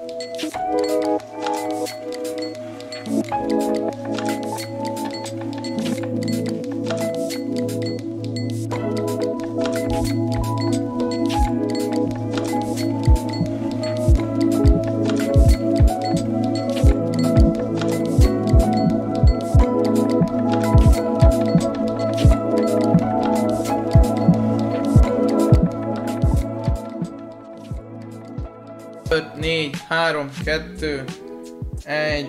Öt, 4, 3, 2, 1.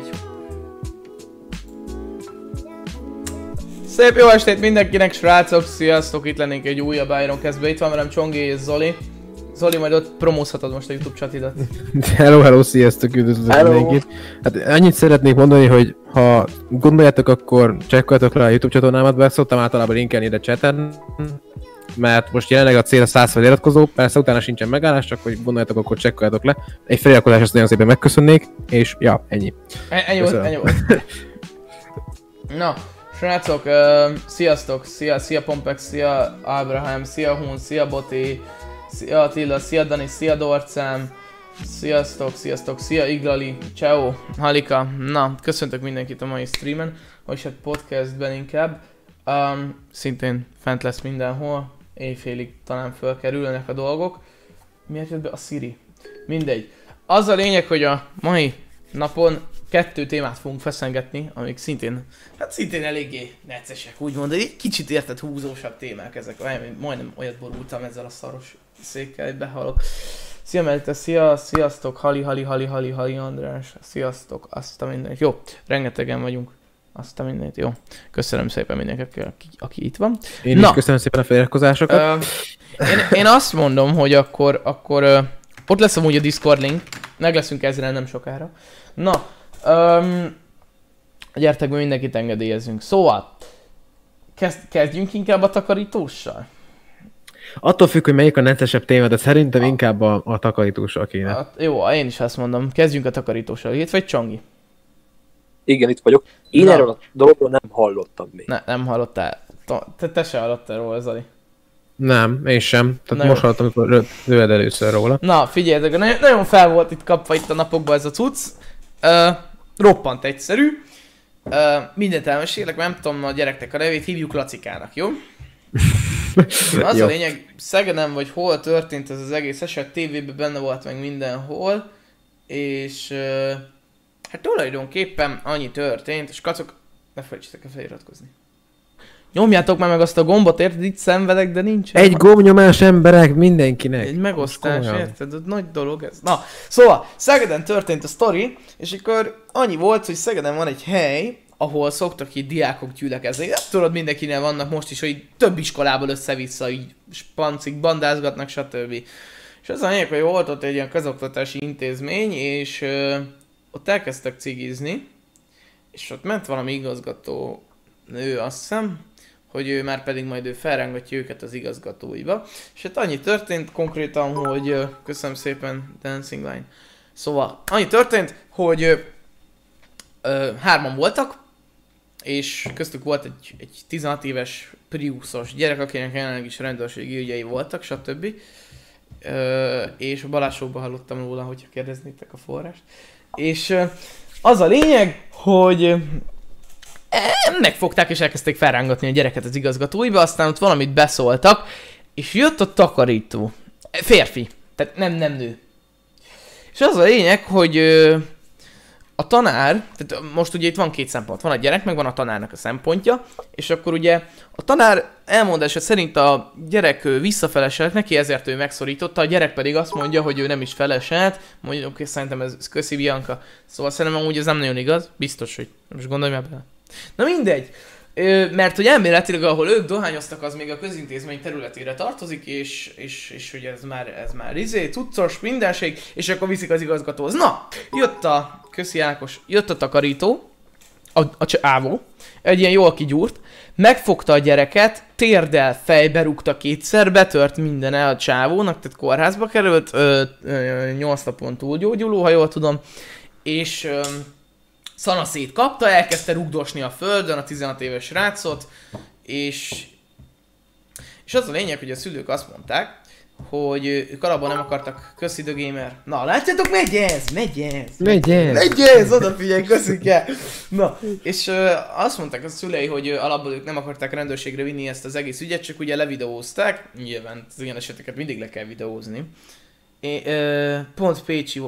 Szép jó estét mindenkinek, srácok! Sziasztok! Itt lennénk egy újabb Ironcast-be. Itt van velem Csongi és Zoli. Zoli, majd ott promózhatod most a YouTube chatidat. Hello, sziasztok, üdvözlök mindenkit. Hát annyit szeretnék mondani, hogy ha gondoljátok, akkor csekkoljatok le a YouTube csatornámat, be szoktam általában linkelni ide chaten. Mert most jelenleg a cél a 100 feliratkozó, persze utána sincsen megállás, csak hogy gondoljátok, akkor csekkoljatok le. Egy feliratkozás azt nagyon szépen megköszönnék, és ja, ennyi. Ennyi volt. Na, srácok, sziasztok, szia Pompex, szia Abraham, szia Hun, szia Boti, szia Attila, szia Dani, szia Dorcám, sziasztok, szia Iglali, ciao, Halika. Na, köszöntök mindenkit a mai streamen, vagy hát podcastben inkább. Szintén fent lesz mindenhol, éjfélig talán fölkerülnek a dolgok. Miért jött be a Siri? Mindegy. Az a lényeg, hogy a mai napon 2 témát fogunk feszengetni, amik szintén eléggé neccesek, úgymond, egy kicsit érted húzósabb témák ezek. Majdnem olyat borultam ezzel a szaros székkel, hogy behalok. Szia Melte, sziasztok, Hali András, sziasztok, azt a mindenit. Jó, rengetegen vagyunk. Azt a mindent, jó. Köszönöm szépen mindenkinek, aki itt van. Én is köszönöm szépen a feliratkozásokat. Én azt mondom, hogy akkor ott lesz amúgy a Discord link. Meg leszünk ezzel nem sokára. Na, gyertek be, mindenkit engedélyezzünk. Szóval, kezdjünk inkább a takarítóssal. Attól függ, hogy melyik a neccesebb téma, de szerintem inkább a takarítóssal kéne. Jó, én is azt mondom. Kezdjünk a takarítóssal. Itt vagy Csongi? Igen, itt vagyok. Én erről a dologról nem hallottam még. Nem hallottál. Te se hallottál róla, Zoli. Nem, én sem. Tehát most hallottam, amikor lőd először róla. Na, figyeljetek, nagyon fel volt itt kapva itt a napokban ez a cucc. Roppant egyszerű. Mindent elmesélek, nem tudom a gyereknek a nevét, hívjuk Lacikának, jó? Az a lényeg, Szegeden vagy hol történt ez az egész eset, tévében benne volt meg mindenhol. És hát tulajdonképpen annyi történt, és kacok, ne felejtsétek el feliratkozni. Nyomjátok már meg azt a gombot, érted? Itt szenvedek, de nincs. Egy gombnyomás emberek mindenkinek. Egy megosztás, érted? Nagy dolog ez. Na, szóval, Szegeden történt a sztori, és akkor annyi volt, hogy Szegeden van egy hely, ahol szoktak így diákok gyülekezni. Tudod, mindenkinél vannak most is, hogy több iskolából össze-vissza így spancik, bandázgatnak, stb. És az a lényeg, hogy volt ott egy ilyen közoktatási intézmény, és ott elkezdtek cigizni, és ott ment valami igazgató nő, azt hiszem, hogy ő már pedig majd ő felrángatja őket az igazgatóiba. És hát annyi történt konkrétan, hogy köszönöm szépen Dancing Line. Szóval annyi történt, hogy 3-an voltak, és köztük volt egy 16 éves Priusos gyerek, akinek jelenleg is rendőrségi ügyei voltak, stb. És a Balázs Showban hallottam róla, hogyha kérdeznétek a forrást. És az a lényeg, hogy megfogták és elkezdték felrángatni a gyereket az igazgatóiba, aztán ott valamit beszóltak, és jött a takarító. Férfi, tehát nem nő. És az a lényeg, hogy a tanár, tehát most ugye itt van 2 szempont, van a gyerek, meg van a tanárnak a szempontja, és akkor ugye a tanár elmondása szerint a gyerek visszafeleselt neki, ezért ő megszorította, a gyerek pedig azt mondja, hogy ő nem is feleselt, mondjuk, hogy szerintem ez köszi Bianca, szóval szerintem amúgy ez nem nagyon igaz, biztos, hogy most gondolj már bele. Na mindegy, mert hogy elméletileg ahol ők dohányoztak, az még a közintézmény területére tartozik, és hogy ez már cuccos, mindenség, és akkor viszik az igazgatóhoz. Na, köszi Ákos, jött a takarító, a csávó, egy ilyen jól kigyúrt, megfogta a gyereket, térdel fejbe rúgta 2-szer, betört minden el a csávónak, tehát kórházba került, 8 napon túlgyógyuló, ha jól tudom, és szanaszét kapta, elkezdte rugdosni a földön a 16 éves srácot, és az a lényeg, hogy a szülők azt mondták, hogy ők alapból nem akartak, köszi The Gamer. Na, látjátok, megy ez! Megy ez, odafigyelj, köszike! Na, és azt mondták a szülei, hogy alapból ők nem akarták rendőrségre vinni ezt az egész ügyet, csak ugye levideózták, nyilván az ilyen eseteket mindig le kell videózni. Pont Pécsi...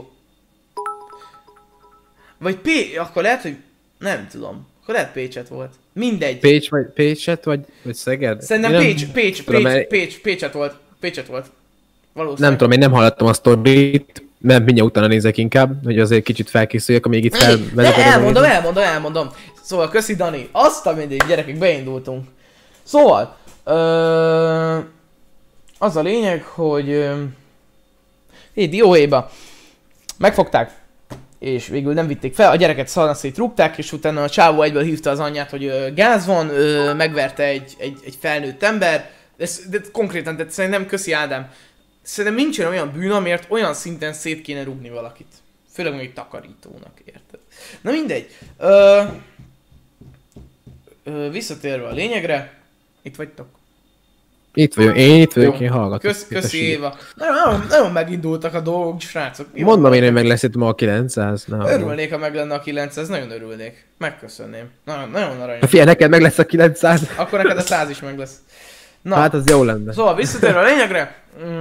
Vagy akkor lehet, hogy... Nem tudom. Akkor lehet Pécset volt. Mindegy. Pécset vagy Szeged? Szerintem Pécset volt. Pécset volt. Valószínűleg. Nem tudom, én nem hallottam a sztorit, mert mindjárt utána nézek inkább, hogy azért kicsit felkészüljek, amíg itt felvezeted. Elmondom. Szóval köszi Dani. Azt a mindig, gyerekek, beindultunk. Szóval, az a lényeg, hogy Dióhéjba megfogták, és végül nem vitték fel, a gyereket szanaszét rúgták, és utána a csávó egyből hívta az anyját, hogy gáz van, megverte egy felnőtt ember, de konkrétan, tehát szerintem köszi Ádám, szerintem nincsen olyan bűn, amiért olyan szinten szét kéne rúgni valakit. Főleg még egy takarítónak, érted? Na mindegy. Visszatérve a lényegre, itt vagytok? Itt vagyok, én hallgatok. Köszi Éva. Nagyon megindultak a dolgok, srácok. Mondom én, hogy meg lesz itt ma a 900. Örülnék, ha meg lenne a 900, nagyon örülnék. Megköszönném. Nagyon aranyos. Figyelj, neked meg lesz a 900. Akkor neked a 100 is meg lesz. Na, hát az jó lenne. Szóval visszatérve a lényegre.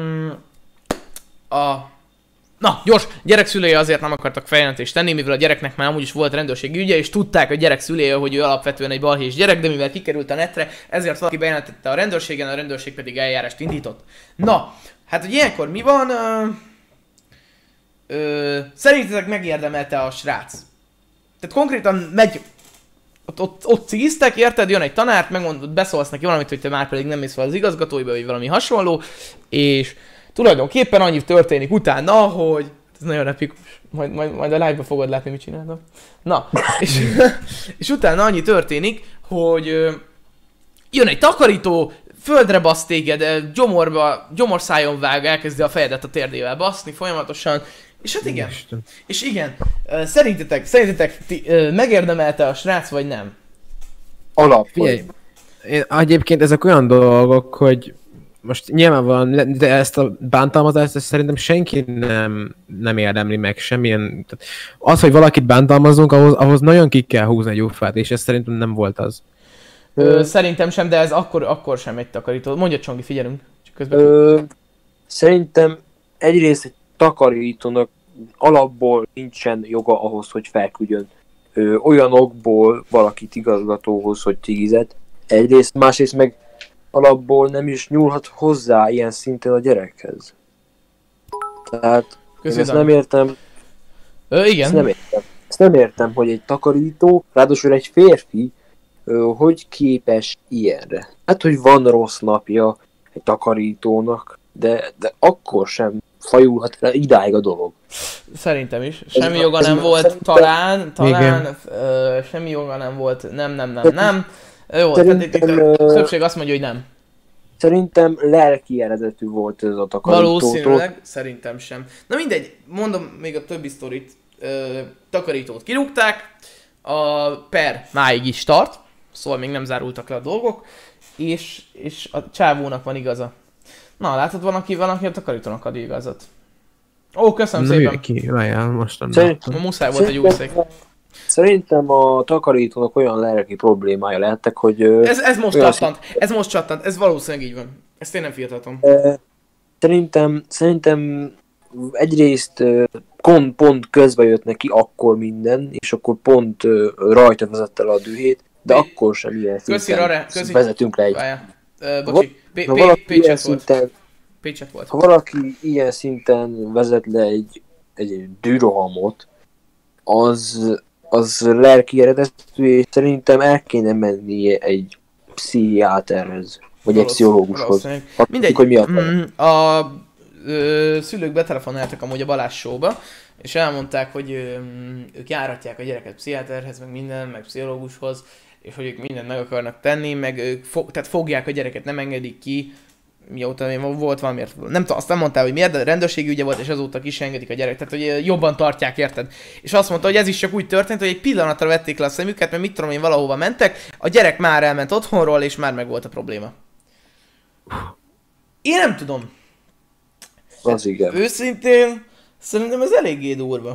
Na, gyors! Gyerek szülője azért nem akartak feljelentést tenni, mivel a gyereknek már amúgy is volt rendőrségi ügye, és tudták a gyerek szülője, hogy ő alapvetően egy balhés gyerek, de mivel kikerült a netre, ezért valaki bejelentette a rendőrségen, a rendőrség pedig eljárást indított. Na, hát hogy ilyenkor mi van? Szerintetek megérdemelte a srác? Tehát konkrétan megy... Ott cigiztek, érted? Jön egy tanár, megmondod, beszólsz neki valamit, hogy te már pedig nem mész fel az igazgatóiba, vagy valami hasonló, és tulajdonképpen annyi történik utána, hogy... Ez nagyon epikus. Majd a live-ba fogod látni, mit csináltam. Na, és utána annyi történik, hogy jön egy takarító, földre basz téged, gyomorszájon vág, elkezdi a fejedet a térdével baszni folyamatosan. És hát igen. És igen, szerintetek megérdemelte a srác, vagy nem? Alapvetően. Egyébként ezek olyan dolgok, hogy most nyilvánvalóan, de ezt a bántalmazást ezt szerintem senki nem érdemli meg semmilyen... Az, hogy valakit bántalmazunk, ahhoz nagyon ki kell húzni egy ufát, és ez szerintem nem volt az. Szerintem sem, de ez akkor sem egy takarító. Mondja Csongi, figyelünk. Csak közben. Szerintem egyrészt egy takarítónak alapból nincsen joga ahhoz, hogy felküldjön olyan okból valakit igazgatóhoz, hogy tigizet. Egyrészt, másrészt meg alapból nem is nyúlhat hozzá ilyen szinten a gyerekhez. Tehát én ezt nem értem. Igen. Ezt nem értem, hogy egy takarító, ráadásul egy férfi, hogy képes ilyenre. Hát, hogy van rossz napja egy takarítónak, de akkor sem fajulhat le idáig a dolog. Szerintem is. Semmi joga nem volt, talán, semmi joga nem volt, nem. Jó, tehát a többség azt mondja, hogy nem. Szerintem lelki eredetű volt ez a takarítótól. Valószínűleg, szerintem sem. Na mindegy, mondom még a többi sztorit. Takarítót kirúgták, a per máig is tart, szóval még nem zárultak le a dolgok, és a csávónak van igaza. Na, látod, van aki a takarítónak ad igazat. Ó, köszönöm szépen. Ki? Várjál, most muszáj volt egy új szék. Szerintem a takarítónak olyan lelki problémája lehettek, hogy... Ez most csattant, ez valószínűleg így van. Ezt én nem firtatom. Szerintem egyrészt pont közbe jött neki akkor minden, és akkor pont rajta vezette le a dühét, de akkor sem ilyen szinten vezetünk le egy... Bocsi, Pécset volt. Ha valaki ilyen szinten vezet le egy dűrohamot, az lelki eredetű, és szerintem el kéne mennie egy pszichiáterhez, vagy egy pszichológushoz. Mindegy, hogy mi a szülők betelefonáltak amúgy a Balázs showba, és elmondták, hogy ők járatják a gyereket pszichiáterhez, meg minden, meg pszichológushoz, és hogy ők mindent meg akarnak tenni, meg ők tehát fogják a gyereket, nem engedik ki, mióta volt valamiért, nem tudom, azt nem mondtál, hogy miért, de rendőrségi ügye volt, és azóta ki sem engedik a gyerek, tehát hogy jobban tartják, érted? És azt mondta, hogy ez is csak úgy történt, hogy egy pillanatra vették le a szemüket, mert mit tudom én, valahova mentek, a gyerek már elment otthonról, és már meg volt a probléma. Én nem tudom. Az igen. Őszintén, szerintem ez eléggé durva.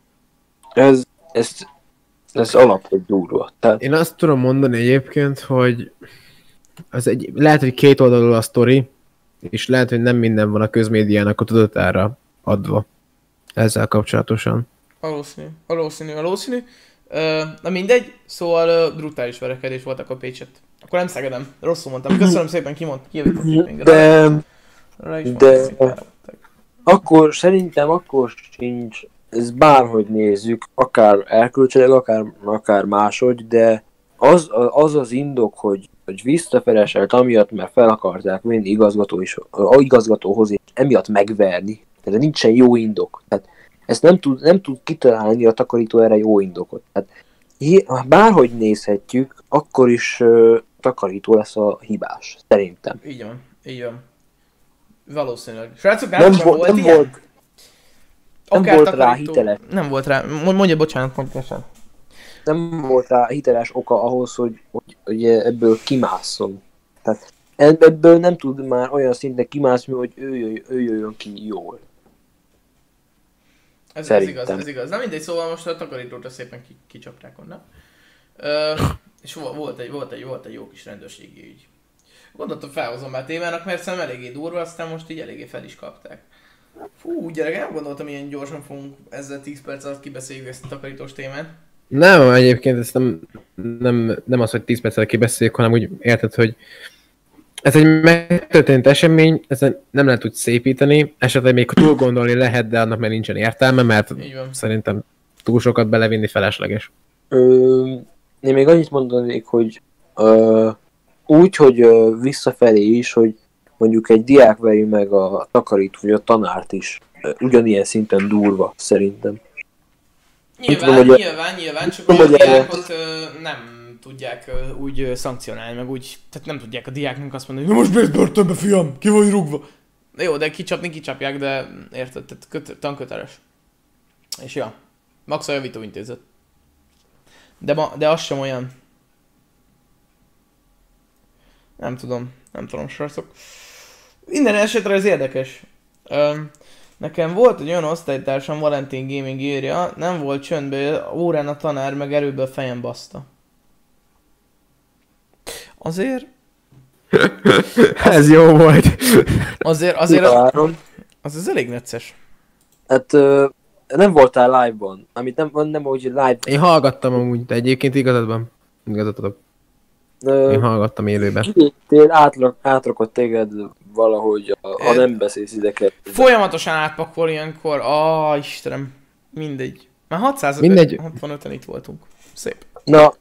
Ez alapvetően durva. Tehát Én azt tudom mondani egyébként, hogy lehet, hogy két oldalú a sztori, és lehet, hogy nem minden van a közmédiának a tudatára adva ezzel kapcsolatosan. Valószínű. Na mindegy, szóval brutális verekedés voltak a Pécset. Akkor nem Szegedem, rosszul mondtam. Köszönöm szépen, kijavítottuk még. de akkor szerintem akkor sincs, ez bárhogy nézzük, akár erkölcsileg, akár máshogy, de az indok, hogy visszafeleselt amiatt, mert fel akarták vinni igazgatóhoz, és emiatt megverni. Tehát nincsen jó indok. Tehát ezt nem tud kitalálni a takarító erre jó indokot. Tehát bárhogy nézhetjük, akkor is takarító lesz a hibás, szerintem. Így van. Valószínűleg. Srácok, nem volt rá hiteles. Nem volt rá, mondja bocsánat, pontosan. Nem volt rá hiteles oka ahhoz, hogy ebből kimásszon. Tehát ebből nem tud már olyan szinten kimászni, hogy ő jöjjön ki jól. Ez igaz. Na mindegy, szóval most a takarítóra szépen kicsapták onnan. És volt egy jó kis rendőrségi ügy. Gondoltam felhozom már témának, mert szerintem eléggé durva, aztán most így eléggé fel is kapták. Fú, gyerek, nem gondoltam, ilyen gyorsan fogunk ezzel 10 perc alatt kibeszéljük ezt a takarítós témát. Nem, egyébként ez nem az, hogy 10 perccel kibeszéljük, hanem úgy érted, hogy ez egy megtörtént esemény, ezen nem lehet úgy szépíteni, esetleg még túl gondolni lehet, de annak már nincsen értelme, mert szerintem túl sokat belevinni felesleges. Én még annyit mondanék, hogy úgy, hogy visszafelé is, hogy mondjuk egy diák veri meg a takarító, vagy a tanárt is ugyanilyen szinten durva, szerintem. Nyilván, csak a diákot nem tudják úgy szankcionálni, meg úgy, tehát nem tudják a diáknak azt mondani, hogy most bész börtönbe, fiam, ki vagy rúgva. De jó, de kicsapják, de érted, tehát tanköteles. És ja, max a javítóintézet. De az sem olyan. Nem tudom, srácok. Minden esetre ez érdekes. Nekem volt egy olyan osztálytársam, Valentin Gaming írja, nem volt csöndben, órán a tanár meg erőből fejem baszta. Azért... Ez jó volt. Azért az elég necces. Hát nem voltál live-ban, amit nem úgy live. Én hallgattam amúgy, de egyébként igazad adok. Én hallgattam élőben. Átrakott téged valahogy, ha nem beszélsz ideket. Folyamatosan átpakol ilyenkor, Istenem, mindegy. Már 665-en itt voltunk. Szép. Na,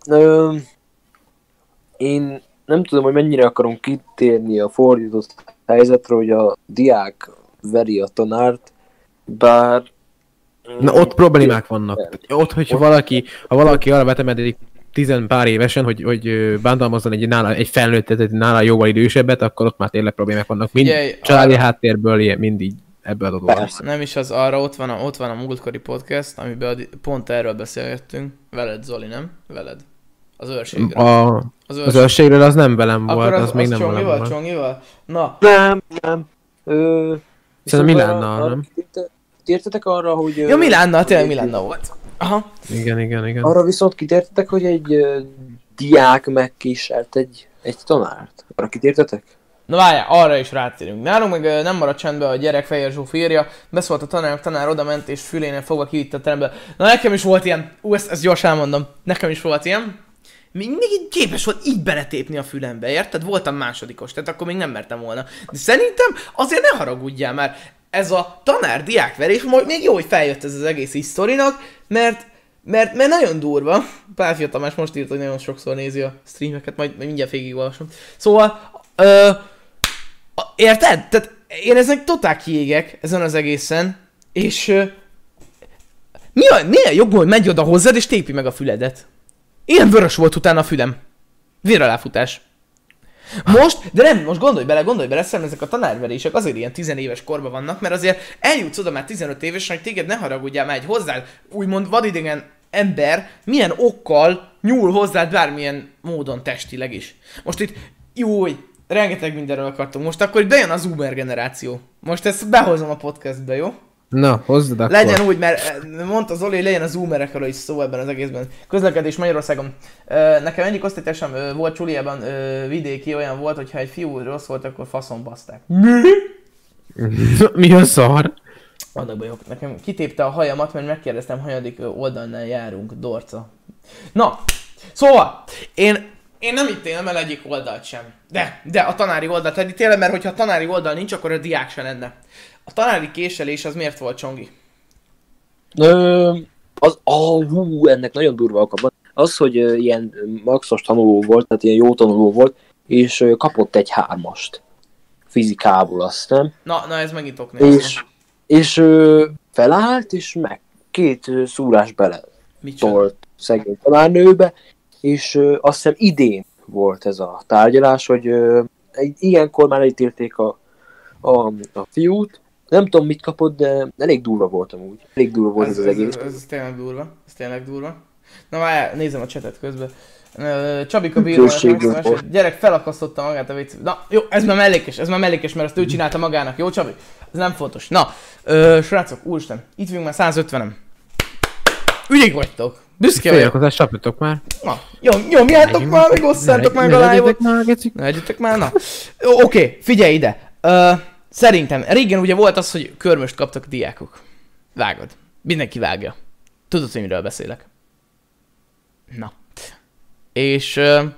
én nem tudom, hogy mennyire akarom kitérni a fordított helyzetre, hogy a diák veri a tanárt, bár... Na ott problémák vannak. Ott, hogyha valaki arra vetemedik 10 pár évesen, hogy bántalmazzon egy felnőttet, egy nála jóval idősebbet, akkor ott már tényleg problémák vannak. Mind családi háttérből, mindig ebből adódóan. Nem is az arra, ott van a múltkori podcast, amiben pont erről beszélgettünk. Veled, Zoli, nem? Veled. Az őrségről. Az őrségről az nem velem volt, az még nem velem volt. Csongival? Na. Nem. Szerintem Milánnal, nem? Kitértetek arra, hogy... Ja, Milánnal, tényleg Milánnal volt. Aha. Igen. Arra viszont kitértetek, hogy egy diák megkísért egy tanárt? Arra kitértetek? Na várjál, arra is rátérünk. Nálunk meg nem maradt csendben a gyerek, Fehér Zsóf írja, beszólt a tanár odament és fülénél fogva kivitt a terembe. Na nekem is volt ilyen, ezt gyorsan elmondom, nekem is volt ilyen. Még képes volt így beletépni a fülembe, érted? Voltam másodikos, tehát akkor még nem mertem volna. De szerintem azért ne haragudjál már, ez a tanár-diákverés, majd még jó, hogy feljött ez az egész hisztorinak, mert nagyon durva. Pálfia Tamás most írt, hogy nagyon sokszor nézi a streameket, majd mindjárt végigolvasom. Szóval, érted? Tehát én ezen totál kiégek, ezen az egészen, és milyen jogból, hogy megy oda hozzád és tépi meg a füledet? Ilyen vörös volt utána a fülem. Véraláfutás. Most gondolj bele, szerintem ezek a tanárverések azért ilyen 10 éves korban vannak, mert azért eljutsz oda már 15 évesen, hogy téged ne haragudjál már egy hozzád, úgymond vadidegen ember milyen okkal nyúl hozzád bármilyen módon testileg is. Most itt, jó, rengeteg mindenről akartunk. Most akkor bejön az Uber generáció. Most ezt behozom a podcastbe, jó? Na, hozzad akkor. Legyen úgy, mert mondta Zoli, hogy legyen az Uberekről is szó ebben az egészben. Közlekedés Magyarországon. Nekem egyik osztálytársam volt Csuliában vidéki, olyan volt, hogyha egy fiú rossz volt, akkor faszon baszták. Mi a szar? Vannak bajok. Nekem kitépte a hajamat, mert megkérdeztem, hanyadik oldalnál járunk, Dorca. Na, szóval, én nem ítélem el egyik oldalt sem. De a tanári oldalt elítélem, mert hogyha a tanári oldal nincs, akkor a diák se lenne. A tanári késelés az miért volt, Csongi? Ennek nagyon durva oka van. Az, hogy ilyen maxos tanuló volt, tehát ilyen jó tanuló volt, és kapott egy 3-ast fizikából, azt nem? Na ez megint ok nélkül. És felállt, és meg 2 szúrás bele tolt szegény tanárnőbe, és azt hiszem idén volt ez a tárgyalás, hogy ilyenkor már elítélték a fiút. Nem tudom mit kapott, de elég durva volt amúgy. Elég durva volt ez az egész. Ez tényleg durva. Ez tényleg durva. Na már nézem a csetet közben. Csabika bírónak gyerek felakasztotta magát a WC. Na jó, ez már mellékes, mert azt ő csinálta magának. Jó Csabi? Ez nem fontos. Na, srácok, úristen, itt vagyunk már 150-en. Ügyék vagytok. Büszke vagyok. Félrekozás, csapjatok már. Na, nyomjátok már, meg osszátok meg a live-ot. Ne egyetek már, na. Oké, figyelj ide. Szerintem, régen ugye volt az, hogy körmöst kaptak a diákok. Vágod. Mindenki vágja. Tudod, hogy miről beszélek. Na. És...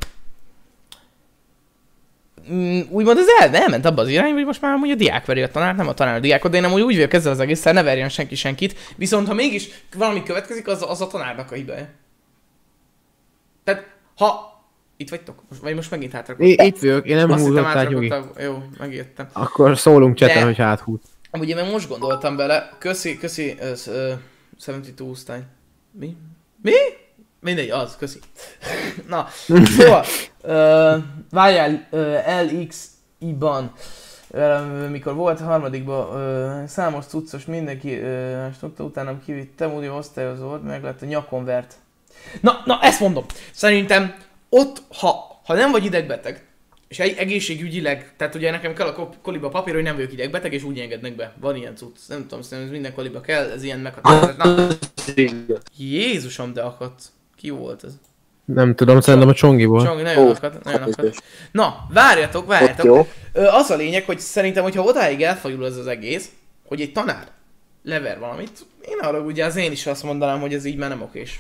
úgymond ez elment abba az irányba, hogy most már amúgy a diák veri a tanár, nem a tanár a diákot, de én amúgy úgy vagyok ezzel az egésszel, ne verjen senki senkit, viszont ha mégis valami következik, az a tanárnak a hibája. Tehát, ha... Itt vagytok? Vagy most megint hátrakodtam? Itt vagyok, én nem húzottam, Nyugi. Jó, megértem. Akkor szólunk cseten, hogy áthúz. Amúgy én most gondoltam bele, köszi, 72 osztály. Mi? Mindegy, az, köszi. Na, szóval, várjál, LX-ban, mikor volt a harmadikban, számos cuccos, mindenki tudta, utánam kivittem, úgy osztályozó volt, meg lett a nyakon vert. Na, ezt mondom. Szerintem ott, ha nem vagy idegbeteg, és egészségügyileg, tehát ugye nekem kell a koliba papír, hogy nem vagyok idegbeteg, és úgy engednek be. Van ilyen cucc. Nem tudom, szerintem ez minden koliba kell, ez ilyen meghatározott. Na, Jézusom, de akadt. Ki volt ez? Nem tudom, szerintem a Csongi volt. Csongi, nagyon akadt. Na, várjatok. Az a lényeg, hogy szerintem, hogyha odáig elfajul ez az egész, hogy egy tanár lever valamit, én arra ugye az én is azt mondanám, hogy ez így már nem okés.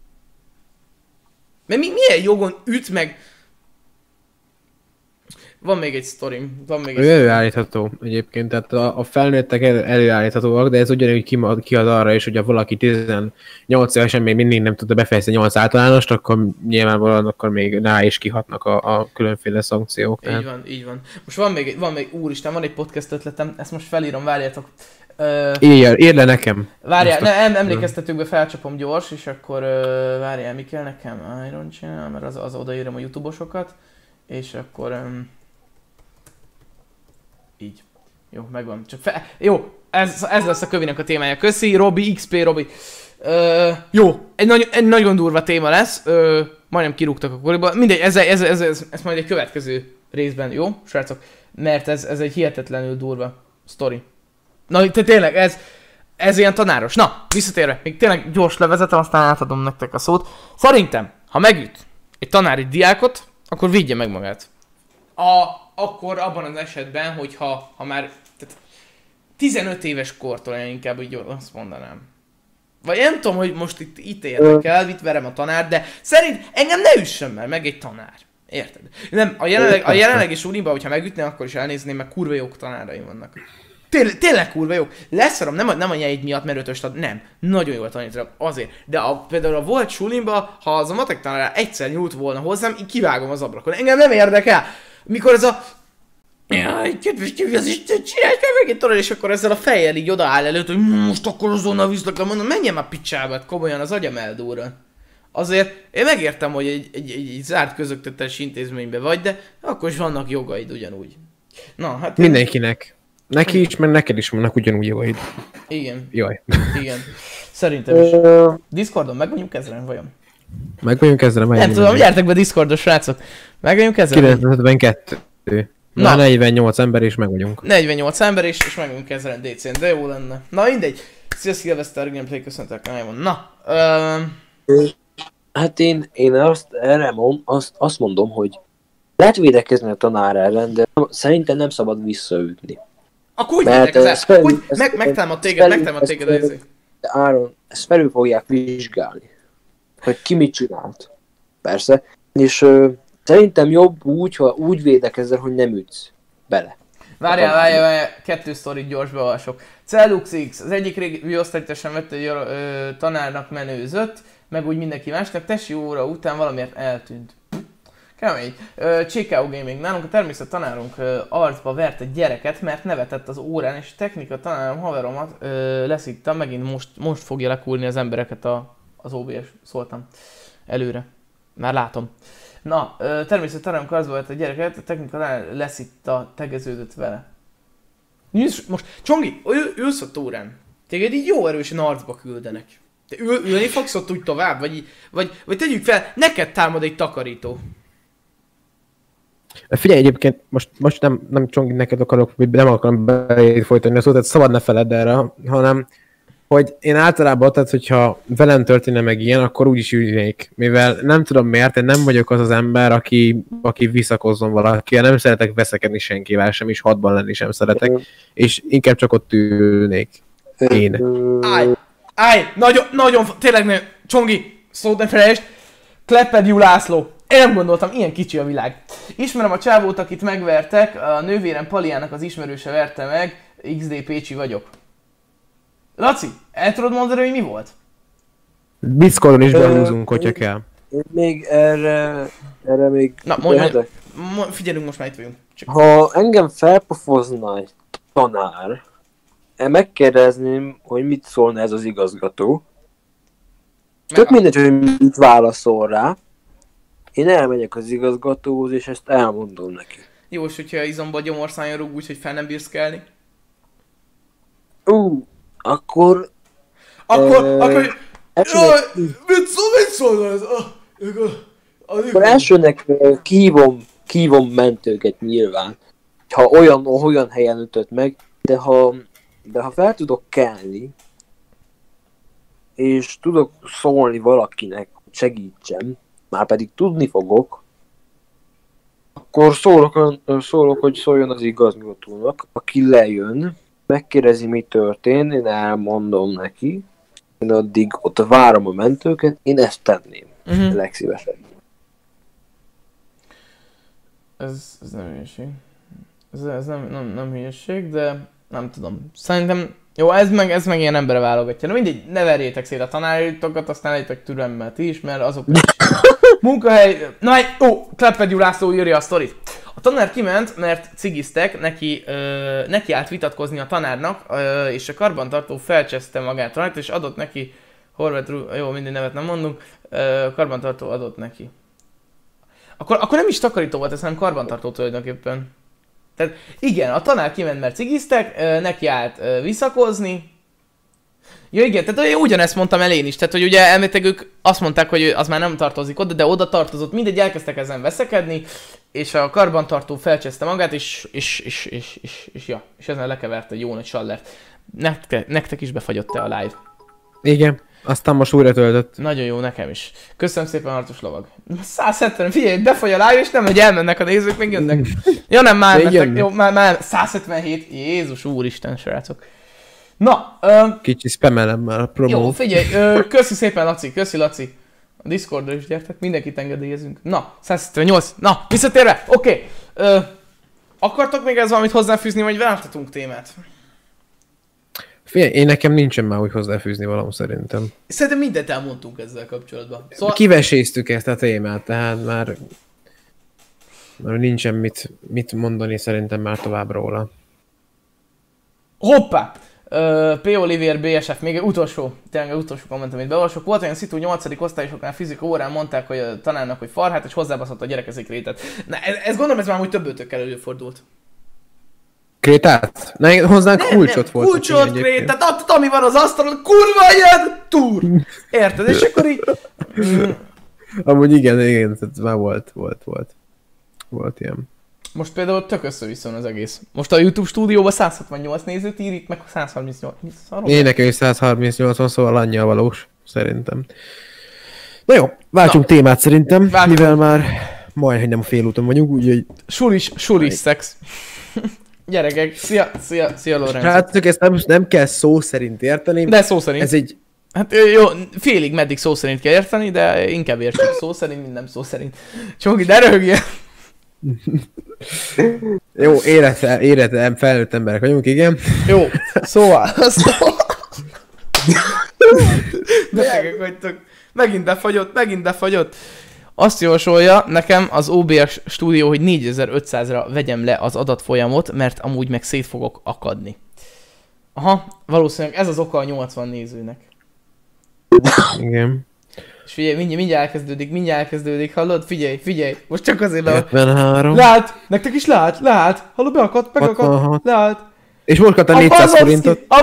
Mert milyen jogon üt meg... Van még egy sztorim. Előállítható egyébként, tehát a felnőttek előállíthatóak, de ez ugyanúgy kiad arra is, hogy ha valaki 18 évesen még mindig nem tudta befejezni 8 általánost, akkor nyilvánvalóan akkor még rá is kihatnak a különféle szankciók. Így van. Most van még, úristen, van egy podcast ötletem, ezt most felírom, várjátok. Írd le nekem. Várjál, emlékeztetőkbe felcsapom gyors, és akkor várjál, mi kell nekem? Iron Channel, mert az odaírom a YouTube-osokat, és akkor... Így. Jó, megvan. Jó, ez lesz a kövinek a témája. Köszi, Robi, XP Robi. Jó, egy nagyon durva téma lesz. Majdnem kirúgtak a koriba. Mindegy, ez majd egy következő részben, jó, srácok? Mert ez egy hihetetlenül durva sztori. Na, tényleg, ez ilyen tanáros. Na, visszatérve, még tényleg gyors levezetem, aztán átadom nektek a szót. Szerintem, ha megüt egy tanár egy diákot, akkor védje meg magát. Akkor abban az esetben, hogyha már tehát 15 éves kortól inkább így azt mondanám. Vagy nem tudom, hogy most itt értek el, itt verem a tanár, de szerint engem ne üssön meg egy tanár. Érted? Nem, a jelenlegi suliban, hogyha megütne, akkor is elnézném, mert kurva jók tanáraim vannak. Tényleg kurva jók. Leszarom, nem a nyeid miatt, mert ötöst ad, nem. Nagyon jól tanítanak, azért. De például a volt sulimba, ha az a matek tanár egyszer nyúlt volna hozzám, így kivágom az ablakon. Engem nem érdekel. Mikor ez a... Jaj, kedves az Isten, csinálj meg egy és akkor ezzel a fejjel így odaáll előtt, hogy most akkor azonnal viszlak le, mondom, menjen már picsába, komolyan az agyam eldurran. Azért én megértem, hogy egy zárt közoktatási intézményben vagy, de akkor is vannak jogaid ugyanúgy. Na, hát... Mindenkinek. Neki is, meg neked is vannak ugyanúgy jogaid. Igen. Jaj. Igen. Szerintem is. Discordon meg vagyunk ezren, vajon? Meg vagyunk ezren, nem tudom, gyertek be Discordos, srácok. Meg vagyunk ezren? 952. Na, 48 ember és meg vagyunk. 48 ember és megünk 1000 DC-n, de jó lenne. Na mindegy. Szia Szilveszter Gameplay, köszöntek, na. Hát én azt mondom, hogy lehet védekezni a tanár ellen, de szerintem nem szabad visszaütni. Akkor úgy védekezel, hogy megtámad téged ezért. Áron, ezt felül fogják vizsgálni, hogy ki mit csinált. Persze. És szerintem jobb úgy, ha úgy védekezel, hogy nem ütsz bele. Várjál, 2 sztorit gyors beolvasok. Cellux X, az egyik régi osztálytársan vette, hogy tanárnak menőzött, meg úgy mindenki másnak, testi óra után valamiért eltűnt. Kemény. CKO Gaming. Nálunk a természet tanárunk arcba vert egy gyereket, mert nevetett az órán, és technika tanárom haveromat leszitta, megint most fogja lekúrni az embereket az OBS. Szóltam. Előre. Már látom. Na, természet tanárunk arcba vert egy gyereket, a technika tanár leszitta, tegeződött vele. Most, Csongi, ülsz ott órán. Téged így jó erősen arcba küldenek. Te ülni fogsz ott úgy tovább? Vagy tegyük fel, neked támad egy takarító. Figyelj, egyébként most nem Csongi, neked nem akarom beléd folytani a szót, tehát szabad ne feledd erre, hanem hogy én általában, tehát hogyha velem történne meg ilyen, akkor úgy is ülnék. Mivel nem tudom miért, én nem vagyok az az ember, aki visszakozzon valakivel, nem szeretek veszekedni senkivel sem, és hadban lenni sem szeretek, és inkább csak ott ülnék. Én. Állj! Nagyon, tényleg Csongi, szót ne felejtsd, Klepedjú László. Én nem gondoltam, ilyen kicsi a világ. Ismerem a csávót, akit megvertek, a nővérem Paliának az ismerőse verte meg, XD Pécsi vagyok. Laci, el tudod mondani, hogy mi volt? Discordon is behúzunk, hogyha kell. Én még erre még... Na, figyelünk, most már itt vagyunk. Csak... Ha engem felpofozna egy tanár, megkérdezném, hogy mit szólna ez az igazgató. Tök mindegy, hogy mit válaszol rá. Én elmegyek az igazgatóhoz, és ezt elmondom neki. Jó, és hogyha izomba gyomorszájon rúg úgy, hogy fel nem bírsz kelni? Akkor... Mit szólna ez? Akkor elsőnek kihívom mentőket nyilván. Ha olyan helyen ütött meg, de ha fel tudok kelni, és tudok szólni valakinek, hogy segítsem, már pedig tudni fogok, akkor szólok, hogy szóljon az igazgatónak, aki lejön, megkérdezi, mi történt, én elmondom neki, én addig ott várom a mentőket, én ezt tenném legszívesebben. Ez nem hülyeség. Ez nem hülyeség, de nem tudom. Szerintem, jó, ez meg ilyen emberre válogatja. Na mindegy, ne verjétek szét a tanáraitokat, aztán legytek türelemmel ti is, mert azok munkahely... Klepedjú László írja a sztorit. A tanár kiment, mert cigiztek, neki állt vitatkozni a tanárnak, és a karbantartó felcseszte magát rajta, és adott neki jó, minden nevet nem mondunk, karbantartó adott neki. Akkor nem is takarító volt ez, hanem karbantartó tulajdonképpen. Tehát igen, a tanár kiment, mert cigiztek, neki állt visszakozni. Ja igen, tehát ugyanezt mondtam el én is, tehát hogy ugye elméletileg ők azt mondták, hogy az már nem tartozik oda, de oda tartozott, mindegy, elkezdtek ezen veszekedni, és a karbantartó felcseszte magát, és ezen lekevert egy jó nagy sallert. Nektek is befagyott-e a live? Igen, aztán most újra töltött. Nagyon jó, nekem is. Köszönöm szépen, Artus Lovag. 170, figyelj, befagy a live, és nem, hogy elmennek a nézők, még jönnek. Ja nem, már mentek, jó, már 177, Jézus úristen, srácok. Na, kicsi spamelem már a promót. Jó, figyelj, köszi szépen Laci, köszi Laci. A Discordra is gyertek, mindenkit engedélyezünk. Na, 178, na, visszatérve, oké. Akartok még ez valamit hozzáfűzni, vagy váltatunk témát? Figyelj, én nekem nincsen már úgy hozzáfűzni valam szerintem. Szerintem mindent elmondtunk ezzel kapcsolatban. Szóval... Kiveséztük ezt a témát, tehát már nincsen mit mondani szerintem már tovább róla. Hoppá! P. Olivier BSF, még utolsó komment, amit beolvasok. Volt olyan szitu 8. osztályosoknál fizika órán mondták, hogy a tanárnak, hogy farhát, és hozzábaszott a gyerek ezek krétát. Na, ez gondolom, ez már úgy több ötökkel előfordult. Krétát? Hozzánk kulcsot volt. Kulcsot, krétát, adtad, ami van az asztalon, kurva anyád, túr! Érted? És akkor így... Amúgy igen, tehát már volt ilyen. most például tök össze-vissza az egész. Most a YouTube stúdióban 168 nézőt ír, itt meg 138. Én nekem is 138 van, szóval annyi a valós, szerintem. Na jó, váltsunk témát szerintem, mivel már majdnem nem a félúton vagyunk, úgyhogy... Sulis szex. Gyerekek, szia Lorenzo. Srácok, ezt nem kell szó szerint érteni. De szó szerint. Ez egy... Hát jó, félig meddig szó szerint kell érteni, de inkább értsük szó szerint, mint nem szó szerint. Csogi, de röhögjél! Jó, érett, felnőtt emberek vagyunk, igen. Jó, szóval... Betegek vagytok. Megint befagyott. Azt javasolja nekem az OBS stúdió, hogy 4500-ra vegyem le az adatfolyamot, mert amúgy meg szét fogok akadni. Aha, valószínűleg ez az oka a 80 nézőnek. Igen. És figyelj, mindjárt elkezdődik, hallod? Figyelj, most csak azért 73. Lát, nektek is lát, hallod, megakadt, 66. lát. És most kaptál 400 forintot. A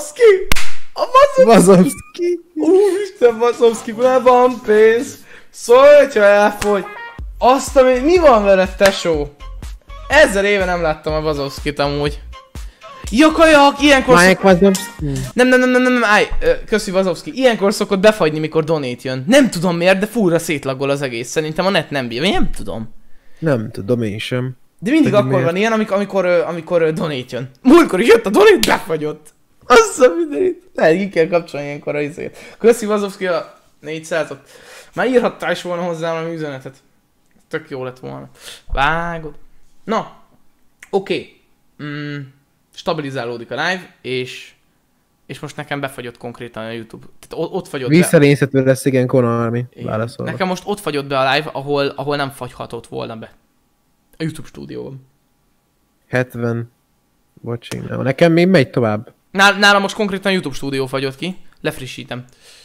Vazovszki! Úristen, Vazovszkiből van pénz! Szólj, hogyha elfogy! Azt, ami... Mi van veled, tesó? 1000 éve nem láttam a Vazovszkit amúgy. Kajak, ilyenkor Nem, állj, köszi Vazovszki. Ilyenkor szokott befagyni, mikor donate jön. Nem tudom miért, de fúra szétlagol az egész. Szerintem a net nem bír, nem tudom. Nem tudom én sem. De mindig akkor miért? Van ilyen, amikor donate jön. Múltkor is jött a donate, befagyott. Azt a mindenit. Lehet, ki kell kapcsolni ilyenkor a izét. Köszi Vazovszki a 400-ot. Már írhattál is volna hozzám valami üzenetet. Tök jó lett volna. Vágod. Na. Oké. Stabilizálódik a live, és most nekem befagyott konkrétan a YouTube. Tehát ott fagyott be. Visszarényezhető lesz, igen, Konami. Válaszolva. Nekem most ott fagyott be a live, ahol nem fagyhatott volna be. A YouTube stúdióban. 70 watching now. Nekem még megy tovább. Nálam most konkrétan YouTube stúdió fagyott ki. Lefrissítem.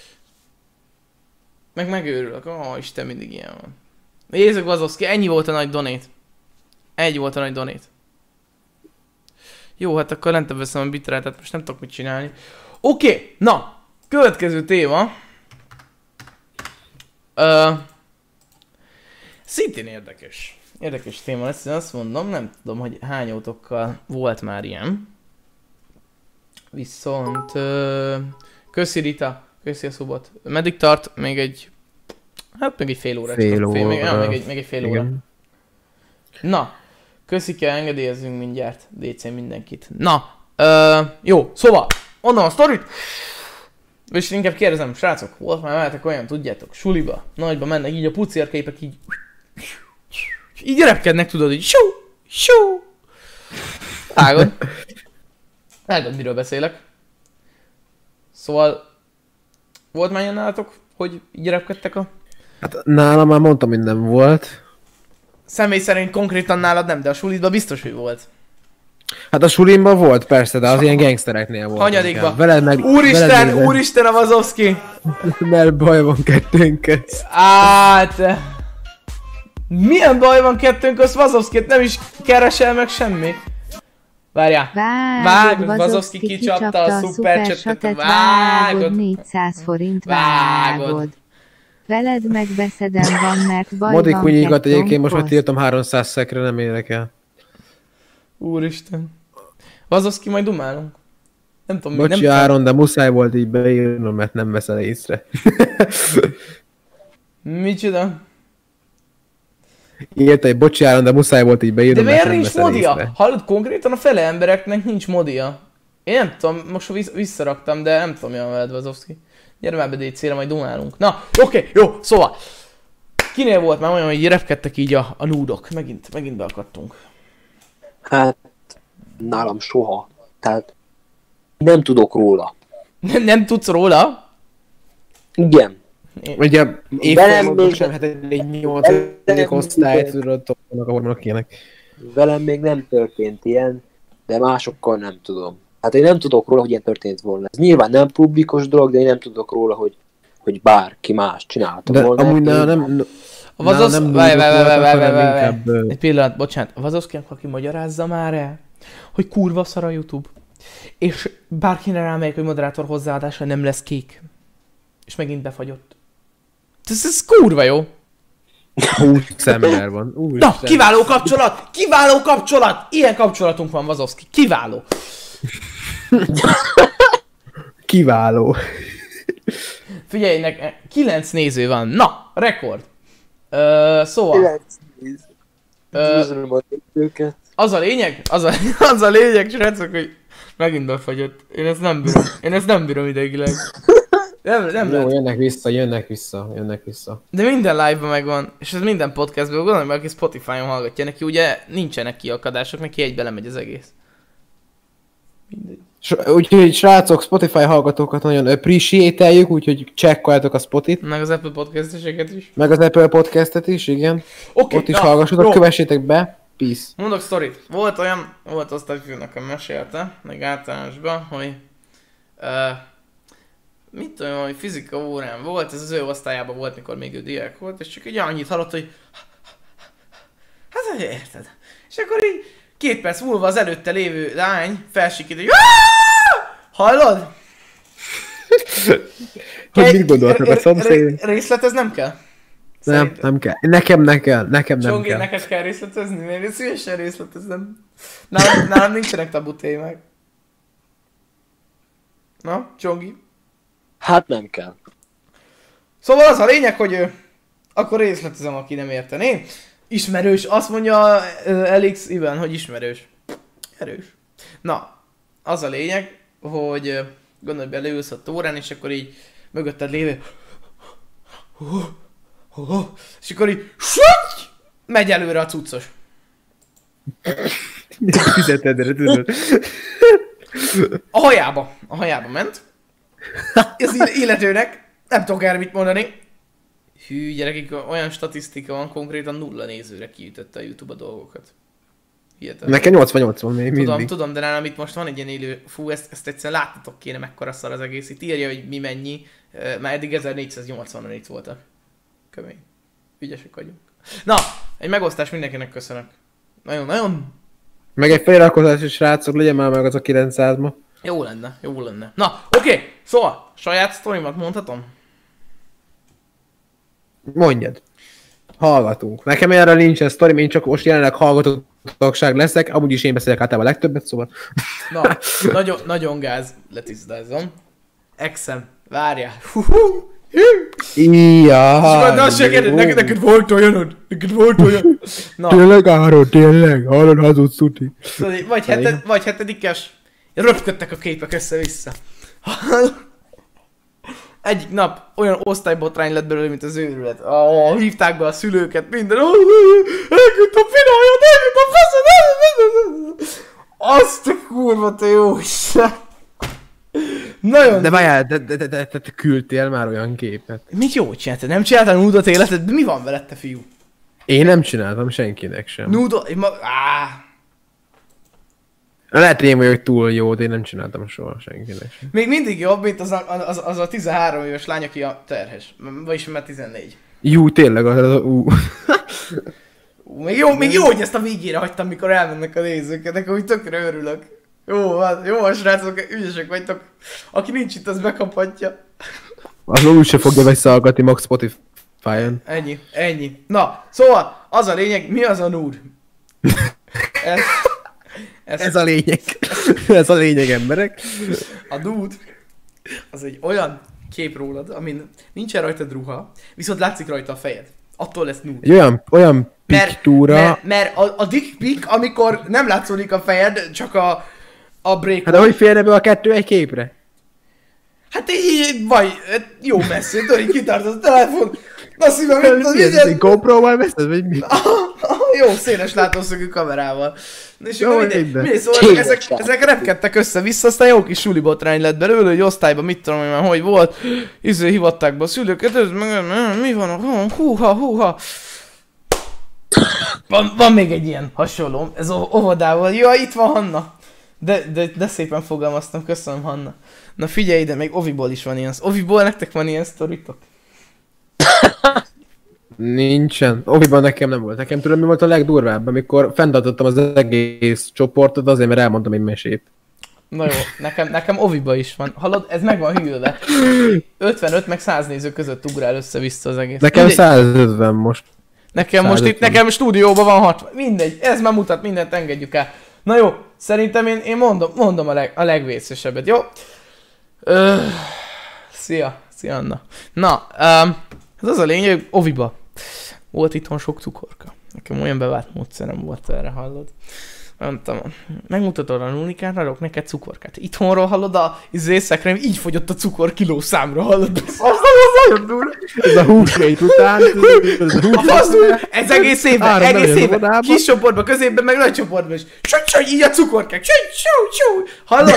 Megőrülök. Isten, mindig ilyen van. Nézzük, Vazovszki, ennyi volt a nagy donate. Jó, hát akkor lentebb veszem a bitrate-et, most nem tudok mit csinálni. Oké, na, következő téma. Szintén érdekes. Érdekes téma lesz, én azt mondom, nem tudom, hogy hányótokkal volt már ilyen. Viszont... köszi Rita, köszi a szubot. Meddig tart? Még egy... Hát még egy fél óra. Még egy fél óra. Na. Köszike, engedélyezzünk mindjárt. DC mindenkit. Na. Jó, szóval. Mondom a sztorit. És inkább kérdezem, srácok, volt már veletek olyan, tudjátok, suliba, nagyba mennek, így a pucérképek így... Így repkednek, tudod, így Sú. Ágod, miről beszélek. Szóval... Volt már ilyen nálatok, hogy így repkedtek a... Hát nálam már mondtam, hogy nem volt. Személy szerint konkrétan nálad nem, de a sulidban biztos, hogy volt. Hát a sulimban volt persze, de az ilyen gangstereknél volt. Hanyadikban? Úristen a Vazovszki! Mert baj van kettőnk közt. Milyen baj van kettőnk közt? Vazovszkit nem is keresel meg semmi. Várjál. Vágod, Vazovszki kicsapta a szupercsetet. Vágod. 400 forint vágod. Veled megbeszedem van, mert baj Modik van Kunyigat egyébként most már írtam 300 szekre, nem érdekel. Úristen. Vazovszki, majd dumálunk. Nem tudom, Bocsi Áron, de muszáj volt így beírnom, mert nem veszel észre. Micsoda? Írta, hogy bocsi Áron, de muszáj volt így beírnom, de mert miért nem nincs modia? észre. Hallod, konkrétan a fele embereknek nincs modia. Én nem tudom, most visszaraktam, de nem tudom, milyen veled, Vazovszki. Gyere már be DC-re, majd dumálunk. Na, oké, jó, szóval. Kinél volt már olyan, hogy repkedtek így a núdok? Megint beakadtunk. Hát, nálam soha. Tehát nem tudok róla. Nem tudsz róla? Igen. Ugye évfolyamokban sem 7-8. osztályt tudod, ahol vannak ilyenek. Velem még nem történt ilyen, de másokkal nem tudom. Hát én nem tudok róla, hogy ilyen történt volna. Ez nyilván nem publikus dolog, de én nem tudok róla, hogy bárki más csinálta de volna. Amúgy nem... A Vazovszki... Egy pillanat, bocsánat. A Vazovszkinak, aki magyarázza már el, hogy kurva szar a YouTube. És bárkire rámegyek, hogy moderátor hozzáadása nem lesz kék. És megint befagyott. Ez kurva jó. 20 ember van. Na, kiváló kapcsolat! Kiváló kapcsolat! Ilyen kapcsolatunk van, Vazovszki. Kiváló. Kiváló. Figyelj, 9 néző van. Na, rekord. Szóval... Az a lényeg, az a lényeg, srácok, hogy megint befagyott. Én ezt nem bírom idegileg. Nem Jó, lehet. jönnek vissza. De minden live-ban megvan, és ez minden podcastban, gondolom, aki Spotify-on hallgatja, neki ugye nincsenek kiakadások, neki egy belemegy az egész. Mindegy. Úgyhogy srácok, Spotify hallgatókat nagyon appreciate-eljük, úgyhogy csekkoljátok a Spotit. Meg az Apple podcasteseket is. Meg az Apple podcastet is, igen. Okay, ott is hallgassatok, kövessétek be. Peace. Mondok sztorit. Volt osztályfő nekem mesélte, meg általánosban, hogy mit tudom, hogy fizika órán volt, ez az ő osztályában volt, mikor még ő diák volt, és csak így annyit hallott, hogy hát érted. És akkor így 2 perc múlva az előtte lévő lány felsikít, hogy hallod? Hogy mit gondoltak a szomszéd? Részletez nem kell? Nem kell. Nekem nem kell. Csongi, neked kell részletezni? Én szívesen részletezem. Nálam nincsenek tabu témák. Na, Csongi? Hát nem kell. Szóval az a lényeg, hogy akkor részletezem, aki nem értené. Ismerős, azt mondja Elix Ivan, hogy ismerős. Erős. Na, az a lényeg, hogy gondolj bele, ülsz a órán, és akkor így mögötted lévő és akkor így megy előre a cuccos. Fizetedre, tudod. A hajába ment. Az illetőnek, nem tudok erre mit mondani. Hű, gyerekek, olyan statisztika van, konkrétan 0 nézőre kiütötte a YouTube a dolgokat. Hihetetlen. Nekem 88 van még mindig. Tudom, de nálam itt most van egy ilyen élő... Fú, ezt egyszerűen láttatok kéne, mekkora szar az egész. Itt írja, hogy mi mennyi. Már eddig 1480-an itt voltak. Kömény. Ügyesek vagyunk. Na, egy megosztás mindenkinek köszönök. Nagyon. Meg egy feliratkozás is, srácok, legyen már meg az a 900 ma. Jó lenne. Na, oké. Szóval, saját sztorimat mondhatom? Mondjad. Hallgatunk. Nekem erre nincsen sztorim, én csak most jelenleg hallgató tagság leszek, amúgy is én beszélek általában a legtöbbet, szóval. Na, nagyon gáz, letisztázom. Exem, várjál. Ijjjjjj. Na, azt se kérdez, neked volt olyanod. Na. Tényleg, Áron, tényleg. Hallod, hazudsz, Szuti. Vagy hetedikes. Röpködtek a képek össze-vissza. Egyik nap olyan osztálybotrány lett belőle, mint az őrület. Hívták be a szülőket, minden. Elküld a finajat, elküld a feszed. Azt a kurva, te jó Isten. Nagyon... De várjál, te küldtél már olyan képet. Mit jó csináltad? Nem csináltál nudot életedben? Mi van veled, te fiú? Én nem csináltam senkinek sem. Nudot... Lehet, hogy én vagyok túl jó, de én nem csináltam soha senkinek sem. Még mindig jobb, mint az a 13 éves lány, aki a terhes. Vagyis már 14. Jú, tényleg, Még jó, hogy ezt a végére hagytam, mikor elmennek a nézők, ennek úgy tökre örülök. Jó, srácok, ügyesek vagytok. Aki nincs itt, az bekaphatja. Az úgyse fogja visszahallgatni Max Spotify-on. Ennyi. Na, szóval, az a lényeg, mi az a nude? Ez a lényeg. Ez a lényeg, emberek. A nude, az egy olyan kép rólad, amin nincsen rajtad ruha, viszont látszik rajta a fejed. Attól lesz nude. Egy olyan piktúra... Mert a dick pic, amikor nem látszódik a fejed, csak a break. Hát hogy férne be a kettő egy képre? Hát így, vagy jó messze, tudod, kitartasz a telefon. Na szívem, mint az ilyen... Egy GoPro-val veszed, vagy mi? Jó, széles látószögű kamerával. És akkor mindegy, szóval ezek repkedtek össze-vissza, aztán jó kis suli botrány lett belőle, hogy osztályban mit tudom én már, hogy volt. Hivatták be a szülőket, ez meg mi van, húha. Van még egy ilyen hasonló, ez óvodával. Jaj, itt van Hanna. De szépen fogalmaztam, köszönöm Hanna. Na figyelj ide, még Oviból is van ilyen. Oviból nektek van ilyen sztoritok? Nincsen. Oviban nekem nem volt. Nekem tudom, mi volt a legdurvább, amikor fenntartottam az egész csoportot, azért, mert elmondtam egy mesét. Na jó, nekem Oviba is van. Hallod, ez meg van hűlve. 55 meg 100 néző között ugrál össze-vissza az egész. Nekem 150 most. Nekem most itt, nekem stúdióban van 60. Mindegy, ez már mutat mindent, engedjük el. Na jó, szerintem én mondom a legvészesebbet, jó? Szia Anna. Na, ez az a lényeg, hogy oviba volt itthon sok cukorka. Nekem olyan bevált módszerem volt erre, hallod? Mondtam, megmutatod a Nunikát, adok neked cukorkát. Itthonról hallod, a szekrenyem így fogyott a cukor kilószámra, hallod? Az nagyon durva. Ez a húsvét után. A faszul, ez egész évben. Kis csoportban, középben, meg nagy csoportban is. Így a cukorkák. Hallod?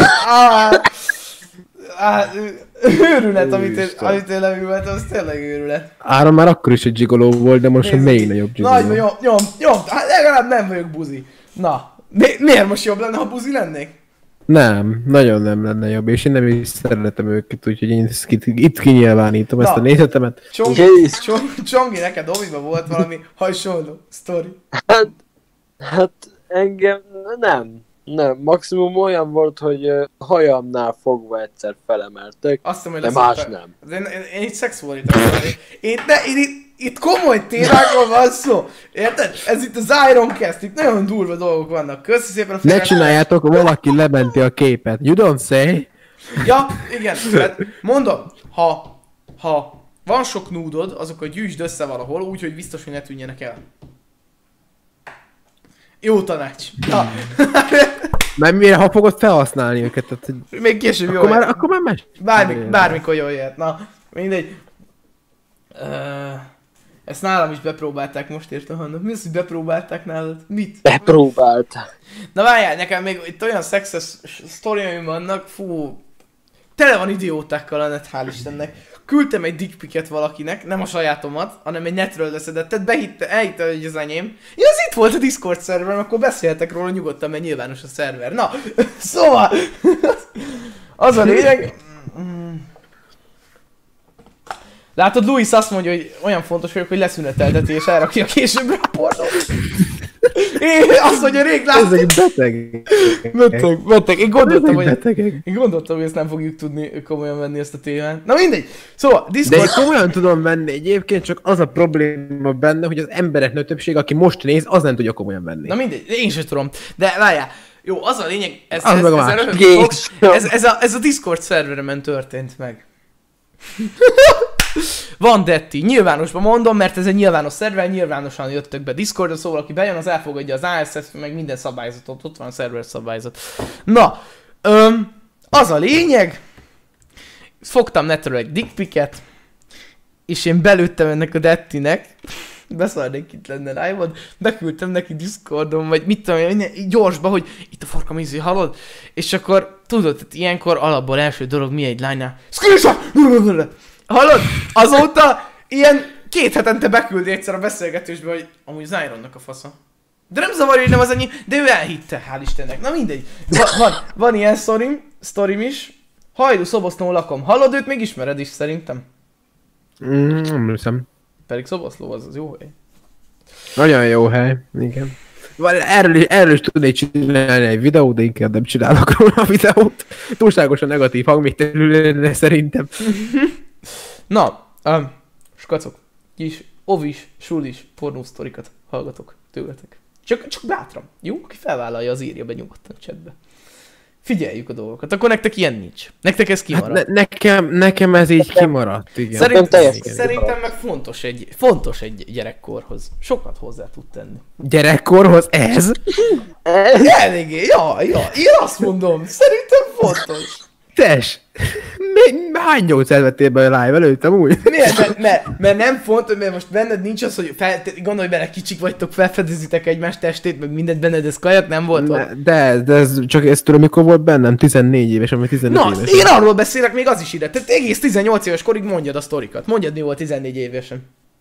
Őrület, amit én levültem, az tényleg őrület. Áron már akkor is egy gigoló volt, de most még nagyobb gigoló. Nagyon, nyom, hát legalább nem vagyok buzi. Na, miért most jobb lenne, ha buzi lennék? Nem, nagyon nem lenne jobb, és én nem is szeretem őket, úgyhogy én itt kinyilvánítom ezt a nézetemet. Csongi, neked oviba volt valami hasonló sztori? Hát engem nem, maximum olyan volt, hogy hajamnál fogva egyszer felemeltek, de más nem. Én itt szexualitásom. Itt komoly témákról van szó. Érted? Ez itt az Ironcast, itt nagyon durva dolgok vannak. Köszi szépen a Ne csináljátok, valaki lementi a képet. You don't say. Ja, igen. Hát mondom, ha van sok núdod, azokat gyűjtsd össze valahol, úgyhogy biztos, hogy ne tűnjenek el. Jó tanács. Ja. Mert mire, ha fogod felhasználni őket? Tehát, még később jó. Akkor már más. Bármikor jól jöhet. Na, mindegy. Ezt nálam is bepróbálták, most értem, Hanna. Mi az, hogy bepróbálták nálad? Mit? Bepróbálták. Na várjál, nekem még itt olyan szexes sztoriaim vannak, fú. Tele van idiótákkal a net, hál' Istennek. Küldtem egy dickpiket valakinek, nem a sajátomat, hanem egy netről leszedettet, elhitte, hogy az enyém. Ja, az itt volt a Discord szerveren, akkor beszéltek róla nyugodtan, mert nyilvános a szerver. Na, szóval, az a lényeg... Látod, Louis azt mondja, hogy olyan fontos vagyok, hogy leszünetelteti és elrakja későbbre a pornót. Azt mondja, rég láttam. Ezek beteg. Én gondoltam, hogy ezt nem fogjuk tudni komolyan venni ezt a témát. Na mindegy. Szóval, Discord... De én komolyan tudom venni egyébként, csak az a probléma benne, hogy az emberek nagy többség, aki most néz, az nem tudja komolyan venni. Na mindegy, én sem tudom. De várjál, jó, az a lényeg, ez a Discord szerveremen történt meg. Van Detti, nyilvánosban mondom, mert ez egy nyilvános szerver, nyilvánosan jöttök be Discordra, szóval aki bejön, az elfogadja az ASS, meg minden szabályzatot, ott van a szerver szabályzat. Na, az a lényeg, fogtam netről egy dickpiket, és én belőttem ennek a Dettinek, beszarnék itt lenne live-on, beküldtem neki Discordon, vagy mit tudom én, gyorsba, hogy itt a farkam ízé, hallod? És akkor tudod, ilyenkor alapból első dolog mi egy lánynál, screenshot! Hallod? Azóta ilyen 2 hetente beküldi egyszer a beszélgetésbe, hogy amúgy az Ironnak a fasza. De nem zavarja, hogy nem az ennyi, de ő elhitte, hál' Istennek. Na mindegy. Van ilyen sztorim is. Hajdú Szoboszlón lakom. Hallod, őt még ismered is szerintem? Nem hiszem. Pedig Szoboszló az jó hely. Nagyon jó hely, igen. Erről is tudnék csinálni egy videót, de inkább nem csinálok róla a videót. Túlságosan negatív hangvételű szerintem. Na, skacok, kis ovis, sulis, pornósztorikat hallgatok tőletek. Csak bátran, jó? Aki felvállalja, az írja be nyugodtan a chatbe. Figyeljük a dolgokat, akkor nektek ilyen nincs. Nektek ez kimaradt. Nekem ez így kimaradt, igen. Szerintem meg fontos egy gyerekkorhoz. Sokat hozzá tud tenni. Gyerekkorhoz ez? Eléggé, ja, én azt mondom, szerintem fontos. Tess! Hány gyógyszert vettél be a live előttem úgy? Miért? Mert nem fontos, mert most benned nincs az, hogy gondolj bele, kicsik vagytok, felfedezitek egymás testét, meg mindent benned, ez kajak nem volt ott. De ez csak ezt tudom, mikor volt bennem? 14 éves, ami 14 éves. Én arról beszélek, még az is ide. Tehát egész 18 éves korig mondjad a sztorikat. Mondjad, mi volt 14 évesen.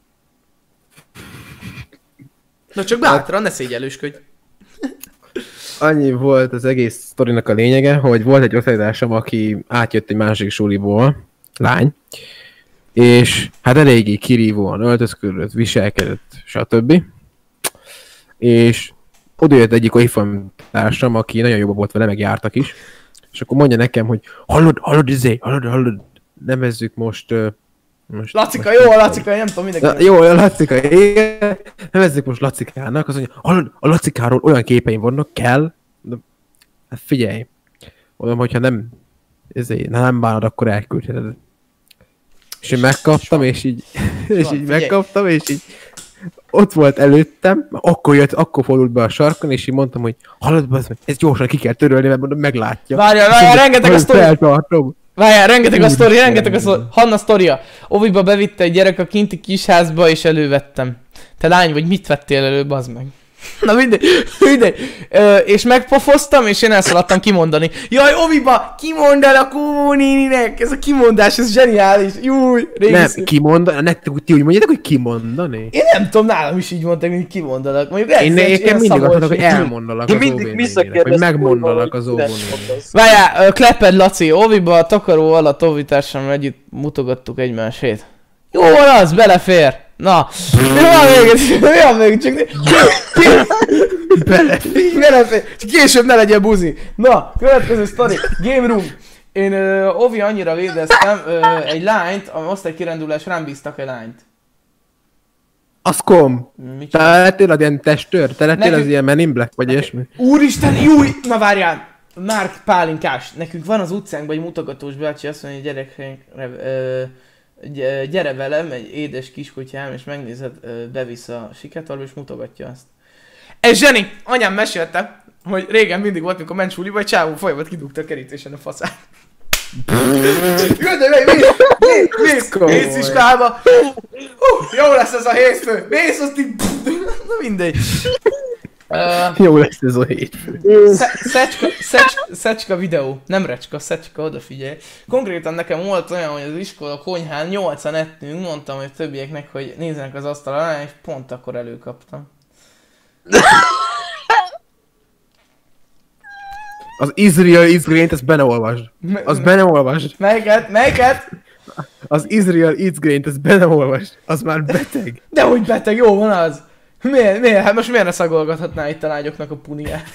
Na csak bátran, ne szégyellősködj. Annyi volt az egész sztorinak a lényege, hogy volt egy osztálytársam, aki átjött egy másik suliból, lány, és hát eléggé kirívóan öltözködött, viselkedett, stb. És oda jött egyik olyan társam, aki nagyon jobban volt vele, meg jártak is, és akkor mondja nekem, hogy hallod, nevezzük most Lacika, jó a Lacika, nem tudom, mindenki. Jó, a Lacika, igen. Nevezzük most Lacikának, azt mondja, a Lacikáról olyan képeim vannak, kell. De, hát figyelj, mondom, hogyha nem bánod, akkor elküldheted. És én megkaptam, és így megkaptam, és így ott volt előttem, akkor fordult be a sarkon, és így mondtam, hogy hallod, ez gyorsan ki kell törölni, mert mondom, meglátja. Várjál, rengeteg a sztori. Várjál, rengeteg a sztori. Hanna sztoria. Oviba bevitte egy gyerek a kinti kisházba, és elővettem. Te lány vagy, mit vettél elő, bazd meg? Na mindegy. És megpofoztam, és én elszaladtam kimondani. Jaj, Oviba, kimond el a Kóvó néninek! Ez a kimondás, ez zseniális. Júj, nem, kimondani? Nektek ti úgy mondjátok, hogy kimondani? Én nem tudom, nálam is így mondták, hogy kimondanak. Mondjuk én mindig azt mondok, hogy elmondanak az óvónéninek, hogy megmondanak az óvónéninek. Várjál, Kleped Laci, Oviba a takaró alatt Ovi társammal együtt mutogattuk egymásét. Jó van az, belefér! Na, mi van még, csak belefér, csak később ne legyen buzi. Na, következő sztori, Game Room. Én Ovi annyira védeztem egy lányt, a osztálykirendulás rám bíztak egy lányt. Az kom. Te lettél az ilyen testőr? Te lettél az ilyen Men in Black, vagy ilyesmi? Úristen, júj! Na várjál! Márk Pálinkás. Nekünk van az utcánkban egy mutogatós bácsi, azt mondja, hogy gyerekek, gyere velem, egy édes kiskutyám, és megnézed, bevisz a siketorba, és mutogatja azt. Ez zseni! Anyám mesélte, hogy régen mindig volt, mikor ment suliba, egy csávó folyamat kidugta a kerítésen a faszát. Mész iskolába! Jó lesz ez a hétfő! Mész, azt így... Na mindegy. Jó lesz ez a hétfő. Szecska videó. Nem recska, Szecska, odafigyelj. Konkrétan nekem volt olyan, hogy az iskola konyhán 8-an ettünk, mondtam hogy többieknek, hogy nézzenek az asztal alá, és pont akkor előkaptam. Az Israel, ezt be ne olvasd. Az be ne olvasd. Melyiket? Az Israel Eats Grain-t, ezt be ne olvasd. Az már beteg. Dehogy beteg, jó van az. Miért? Hát most miért ne szagolgathatná itt a lányoknak a puniját?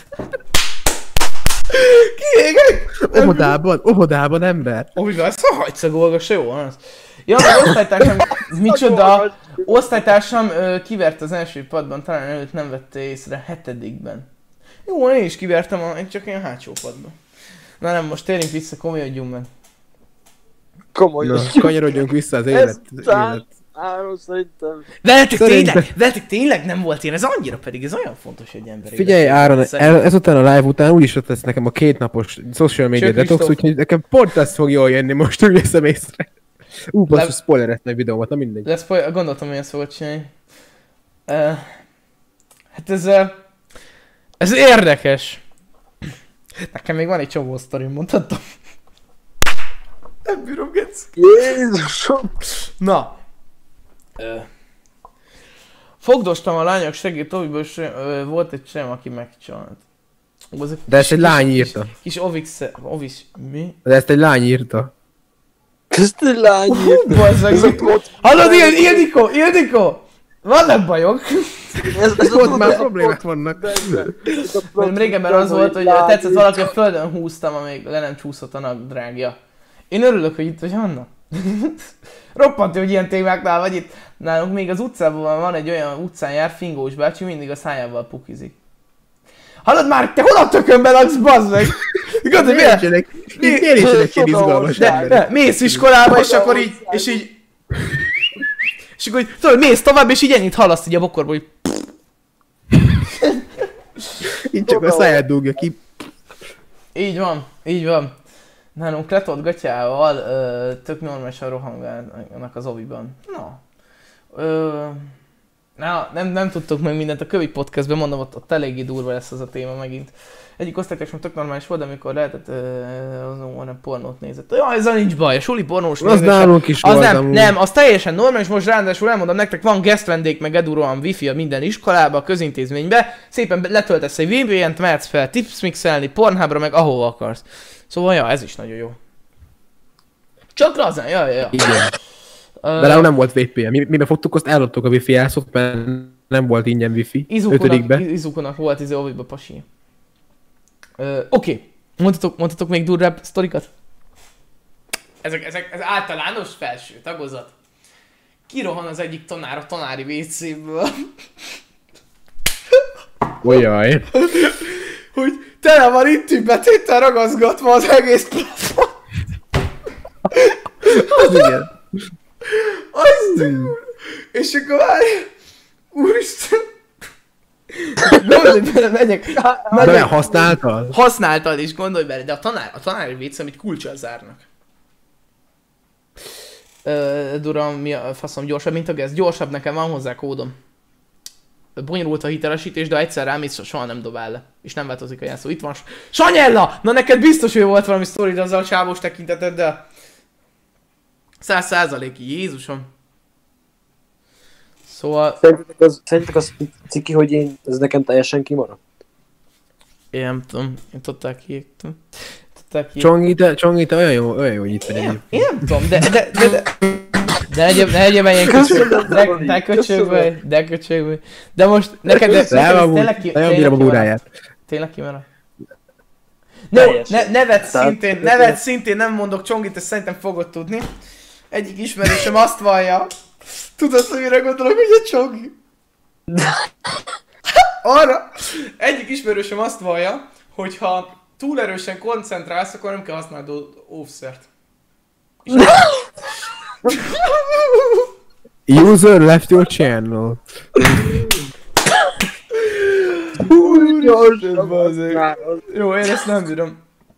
Kiégek? Óvodában ember. Ovival, ezt hagyd szagolgassa, jó van az. Ja, az osztálytársam, micsoda? Osztálytársam kivert az első padban, talán előtt nem vette észre, 7-ben. Jó, én is kivertem, csak ilyen hátsó padban. Na nem, most térjünk vissza, komolyodjunk meg. Kanyarodjunk vissza az élet. Szerintem. Veletek tényleg nem volt ilyen, ez annyira pedig, ez olyan fontos, hogy ember. Figyelj Áron, ezután a live után úgyis ott lesz nekem a 2 napos social media detox, úgyhogy nekem pont ez fog jól jönni most, úgy veszem észre. Basszus, spoilereztem egy videómat, na mindegy. Gondoltam, hogy ezt fogod csinálni. Hát ez érdekes. Nekem még van egy csomó sztorim, mondhatom. Nem bírom, gec. Jézusom! Na. Fogdostam a lányok segít Oviból, és volt egy csem, aki megcsalt. De ezt egy lány írta. Kis Ovis, mi? De ezt egy lány írta. Ezt egy lány írta. Hallod, Ildikó! Vannak bajok. Ez ott már problémák vannak. Régebben az volt, hogy tetszett valaki, a földön húztam, amíg le nem csúszott a nadrágja. Én örülök, hogy itt vagy, Hanna. Roppant, hogy ilyen témáknál vagy itt. Nálunk még az utcában van egy olyan utcán jár, Fingós bácsi, mindig a szájával pukizik. Hallod már, te hol a tökönben laksz, bazd meg? Igaz, hogy miért? Miért nincsenek ilyen izgalmas emberek? Mész iskolába, és akkor így, és akkor így, tudod, mész tovább, és így ennyit hallasz így a bokorból, hogy... Így csak a száját dugja ki. Így van. Nálunk letolt gatyával tök normálisan rohangálnak az oviban. Nem tudtok meg mindent a kövi podcastben, mondom, ott eléggé durva lesz az a téma megint. Egyik osztálytársam tök normális volt, amikor lehetett azon pornót nézett. Jaj, ezzel nincs baj, a suli pornós az nálunk is az volt. Nem, az teljesen normális, most ráadásul elmondom nektek, van guest vendég, meg eduróan wifi a minden iskolába, a közintézménybe, szépen letöltesz egy VPN-t, mehetsz fel tipsmixelni, Pornhubra, meg ahova akarsz. Szóval ja, ez is nagyon jó. Csak lazán, ja. Igen. De nálunk nem volt VPN. Miben fogtuk, azt eladtuk a wifi elszót, mert nem volt ingyen wifi. Izukonak volt oviba pasi. Oké. Mondhatok még durvább sztorikat? Ez általános felső tagozat. kirohan az egyik tanár a tanári WC-ből. Olyaj. Hogy tele van itt betéttel ragaszgatva az egész plafon. Az igen. És akkor várj, úristen. Gondolj bele, megyek. De használtad? Használtad is, gondolj bele, de a tanári WC, amit kulccsal zárnak. Duram, mi a faszom gyorsabb, mint a gez? Gyorsabb, nekem van hozzá kódom. Bonyolult a hitelesítés, de egyszer rámész, soha nem dobál le. És nem változik a jelszó. Itt van Sanyella! Na neked biztos, hogy volt valami sztorid azzal a csávós tekinteteddel. 100%, Jézusom. Szóval... Szerintek az ciki, hogy ez nekem teljesen kimaradt? Én nem tudom, én totál kiégtem. Csongi, te olyan jó, hogy itt vagy egyébként. Én nem tudom, de ne legyen ilyen köcsög vagy. De most neked tényleg kimaradt. Nevet szintén nem mondok Csongit, ezt szerintem fogod tudni. Egyik ismerősöm azt vallja. Tudod, hogy mire gondolok, hogy egy Csongi? Arra! Egyik ismerősöm azt vallja, hogy ha túl erősen koncentrálsz, akkor nem kell használni óvszert. User left your channel. Jó, én ezt nem bírom.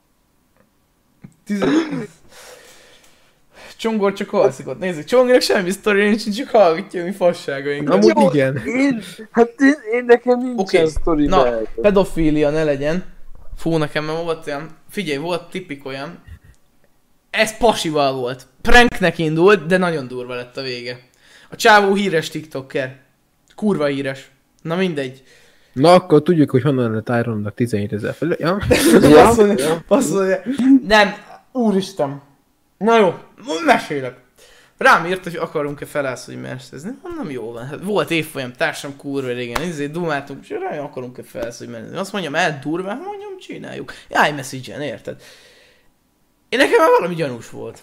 Csongor csak alszik ott, nézzük, Csonginak semmi sztori nincs, csak hallgatja, mi fasságaink. Amúgy igen. Én nekem nincsen sztori. Na, pedofília ne legyen. Fú, nekem volt olyan, figyelj, volt tipik olyan. Ez pasival volt. Pranknek indult, de nagyon durva lett a vége. A csávó híres tiktoker. Kurva híres. Na mindegy. Na akkor tudjuk, hogy honnan lett Ironnak 17 000 felül. Ja? Passzolja. Nem, úristen. Na jó, mesélek. Rám írt, hogy akarunk-e felállni, hogy mercedezni. Nem jó van. Hát volt évfolyam társam kurva régen, ezért dumáltunk, és rá akarunk-e felállni, mercedezni. Azt mondjam, durván, mondjam, csináljuk. iMessage-en, érted? Én nekem már valami gyanús volt.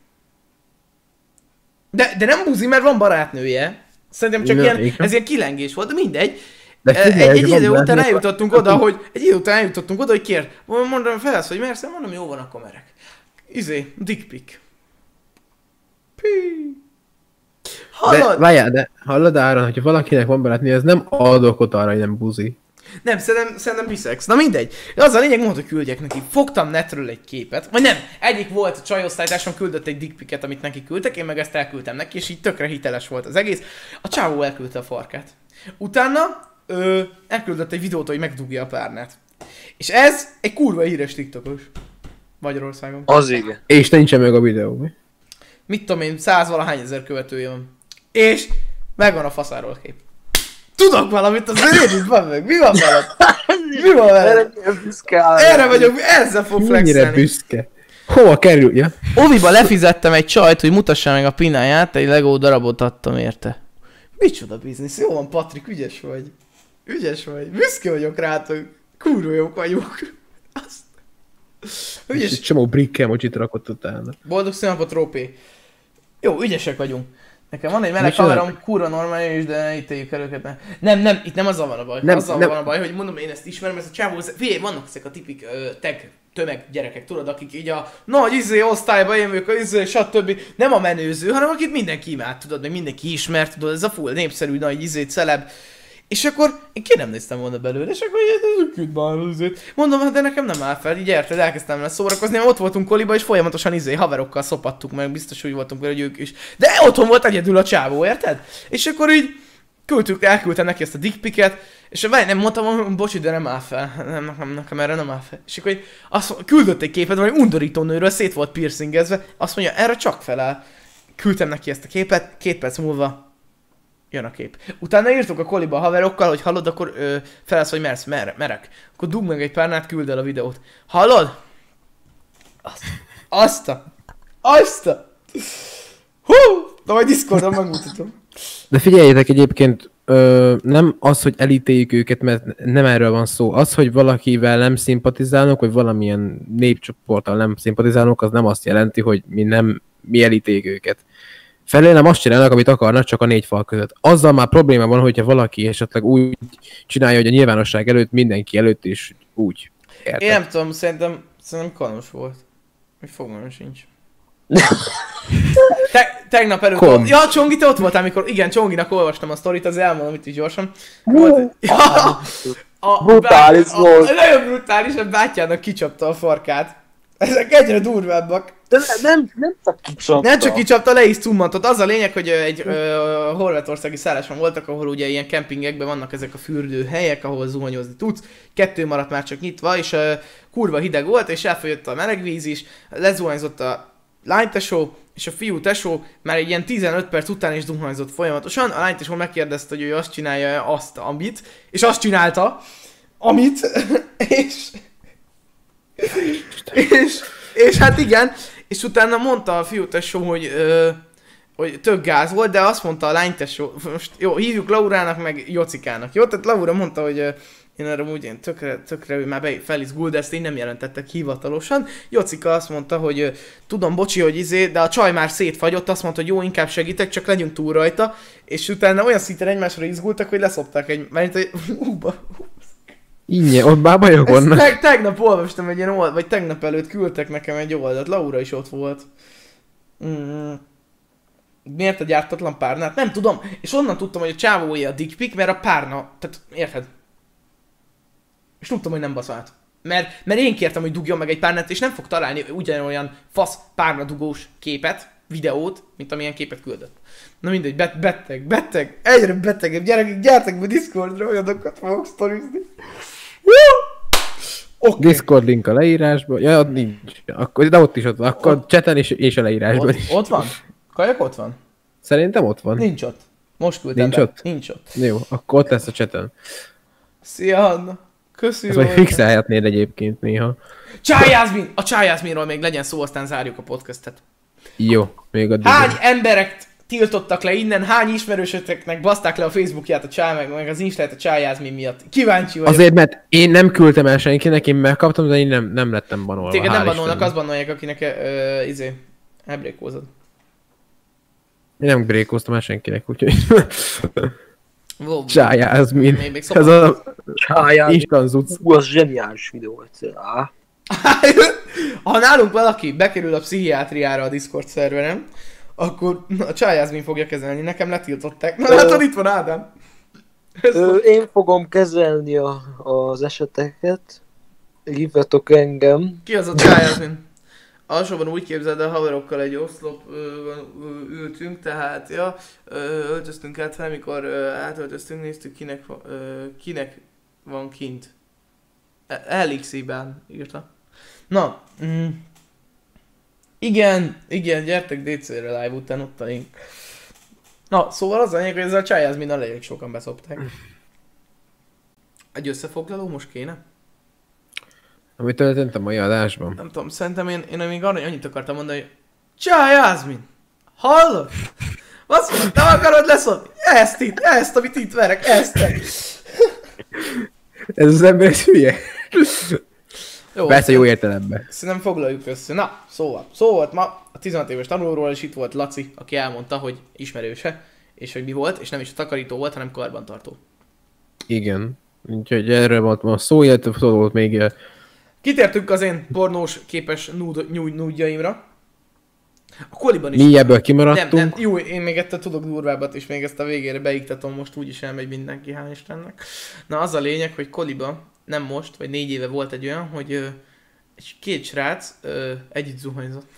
De nem buzi, mert van barátnője. Szerintem csak ez ilyen kilengés volt, de mindegy. Egy idő után eljutottunk oda, hogy kér, mondom, felsz, hogy mersz, mondom, jó van, akkor merek. Dick pic. Hallod? De hallod Áron, hogyha valakinek van barátnője, ez nem ad okot arra, hogy nem buzi. Nem, szerintem biszex. Na mindegy. Az a lényeg, mondta, hogy küldjek neki. Fogtam netről egy képet. Vagy nem, egyik volt a csajosztálytársam, küldött egy dick picet, amit neki küldtek, én meg ezt elküldtem neki, és így tökre hiteles volt az egész. A csávó elküldte a farkát. Utána elküldött egy videót, hogy megdugja a párnát. És ez egy kurva híres tiktokos. Magyarországon. Az igen. És nincsen meg a videó, mi? Mit tudom én, 100-valahány ezer követője van. És megvan a faszáról kép. Tudok valamit, azért én itt van meg. Mi van veled? Mi van veled? Erre vagyok, ezzel fog flexelni. Mennyire büszke. Hova kerül? Ja? Oviba lefizettem egy csajt, hogy mutassa meg a pináját, egy Lego darabot adtam érte. Micsoda biznisz? Jó van, Patrik, ügyes vagy. Ügyes vagy. Büszke vagyok rátok. Kurva jók vagyunk. Azt. Ügyes. Egy csomó brick emojit rakott utána. Boldog színapot, Rópé. Jó, ügyesek vagyunk. Nekem van egy meleg haverom, kurva normális, de ne ítéljük el őket. Nem, itt nem azzal van a baj. Van a baj, hogy mondom, én ezt ismerem, ez a csávó, figyelj, vannak ezek a tipik tömeg gyerekek, tudod, akik így a nagy osztályba jövők, stb. Nem a menőző, hanem akit mindenki imád, tudod, meg mindenki ismert, tudod, ez a full népszerű nagy celeb. És akkor én ki nem néztem volna belőle, és akkor küld már azért. Mondom, de nekem nem áll fel, így érted, elkezdtem vele szórakozni, ott voltunk koliba, és folyamatosan haverokkal szopattuk meg, biztos, hogy voltunk vele, hogy ők is. De otthon volt egyedül a csávó, érted? És akkor így elküldtem neki ezt a dick picet, és nem mondtam, bocsi, de nem áll fel, nekem erre nem áll fel. És akkor küldött egy képet, valami undorító nőről, szét volt piercingezve, azt mondja, erre csak feláll. Küldtem neki ezt a képet, 2 perc múlva jön a kép. Utána írtuk a koliba a haverokkal, hogy hallod, akkor felelsz, hogy merek. Akkor dugd meg egy párnát, küld el a videót. Hallod? Azt a! Hú! Na majd Discordon megmutatom. De figyeljetek egyébként, nem az, hogy elítéljük őket, mert nem erről van szó. Az, hogy valakivel nem szimpatizálunk, vagy valamilyen népcsoporttal nem szimpatizálunk, az nem azt jelenti, hogy mi elítéljük őket. felé nem azt csinálnak, amit akarnak, csak a 4 fal között. Azzal már probléma van, hogyha valaki esetleg úgy csinálja, hogy a nyilvánosság előtt, mindenki előtt is úgy. Érted? Én nem tudom, szerintem kanos volt. Mi fogalmam sincs. Tegnap előtt volt. Ja, Csongi, te ott voltál, amikor... Igen, Csonginak olvastam a sztorit, az elmondom itt is gyorsan. Brutális volt. Nagyon brutális, a bátyjának kicsapta a farkát. Ezek egyre durvábbak. De nem csak kicsapta. Nem csak kicsapta, le is cummantott. Az a lényeg, hogy egy horvátországi szálláson voltak, ahol ugye ilyen kempingekben vannak ezek a fürdőhelyek, ahol zuhanyozni tudsz. 2 maradt már csak nyitva, és kurva hideg volt, és elfogyott a melegvíz is. Lezuhanyzott a lánytesó, és a fiú tesó már egy ilyen 15 perc után is zuhanyzott folyamatosan. A lánytesó megkérdezte, hogy ő azt csinálja azt, amit, és azt csinálta, amit, és hát igen, és utána mondta a fiú tesó, hogy tök gáz volt, de azt mondta a lánytesó, most jó, hívjuk Laurának meg Jocikának, jó? Tehát Laura mondta, hogy én erre úgy én tökre ő már felizgult, de ezt én nem jelentettek hivatalosan. Jocika azt mondta, hogy tudom, bocsi, hogy de a csaj már szétfagyott, azt mondta, hogy jó, inkább segítek, csak legyünk túl rajta, és utána olyan szinten egymásra izgultak, hogy leszopták mert Ingyen, ott már bajok vannak. Tegnap olvastam egy ilyen oldalt, vagy tegnap előtt küldtek nekem egy oldalt, Laura is ott volt. Miért a gyártatlan párnát? Nem tudom, és onnan tudtam, hogy a csávója a dick pic, mert a párna, tehát érted? És tudtam, hogy nem baszolt. Mert én kértem, hogy dugjon meg egy párnát, és nem fog találni ugyanolyan fasz párnadugós képet, videót, mint amilyen képet küldött. Na mindegy, beteg, egyre betegebb gyerekek, gyertek be Discordra, olyanokat fogok sztorizni. Okay. Discord link a leírásban. Ja, nincs. Akkor, de ott is ott van. Akkor chaten és a leírásban is. Ott van? Kajak ott van? Szerintem ott van. Nincs ott. Most küldtem Nincs be. ott? Nincs ott. Jó, akkor ott lesz a chaten. Szia, Anna. Köszi. Ezt majd fixelhetnéd egyébként néha. Csájázmin! A Csájázminról még legyen szó, aztán zárjuk a podcastet. Jó, még addig. Hány emberek tiltottak le innen, hány ismerősöknek baszták le a Facebookját a Csáj, meg az Instát a Csájázmin miatt? Kíváncsi vagyok. Azért, mert én nem küldtem el senkinek, én megkaptam, de én nem lettem banolva. Téged nem banolnak, azt banolják, akinek elbrékózod. Én nem brékóztam el senkinek, úgyhogy... Wow. Csájázmin. Ez a... Instant zuc. Az zseniális videó volt. Ha nálunk valaki bekerül a pszichiátriára a Discord szerveren, akkor a Csájázmin fogja kezelni, nekem letiltották. Na látod, itt van Ádám. Én fogom kezelni az eseteket. Hívjatok engem. Ki az a Csájázmin? Alsóban úgy képzeld, a haverokkal egy oszlopban ültünk, tehát ja, öltöztünk át fel, amikor átöltöztünk, néztük kinek van kint. Elixi-ben írta. Na, igen, gyertek DC-re live után, ott a link. Na, szóval az a lényeg, hogy ezzel a Csájázmin elég sokan beszopták. Egy összefoglaló most kéne? Amit történt a mai adásban. Nem tudom, szerintem én még annyit akartam mondani, hogy Csájázmin! Hallod? Azt mondom, nem akarod leszopni? Ezt, amit itt verek, ezt! Ez az ember ez hülye. Jó, persze jó értelemben. Szerintem foglaljuk össze. Na, szóval ma a 16 éves tanulóról, és itt volt Laci, aki elmondta, hogy ismerőse, és hogy mi volt, és nem is a takarító volt, hanem karbantartó. Igen. Úgyhogy erről volt ma szó, illetve szó volt még... Kitértünk az én pornós képes núdjaimra. A koliban is... Mi ebből kimaradtunk? Nem, jó, én még ettől tudok durvábbat, és még ezt a végére beiktatom, most úgyis elmegy mindenki, hál' Istennek. Na az a lényeg, hogy koliba, nem most, vagy 4 éve volt egy olyan, hogy két srác együtt zuhanyzott.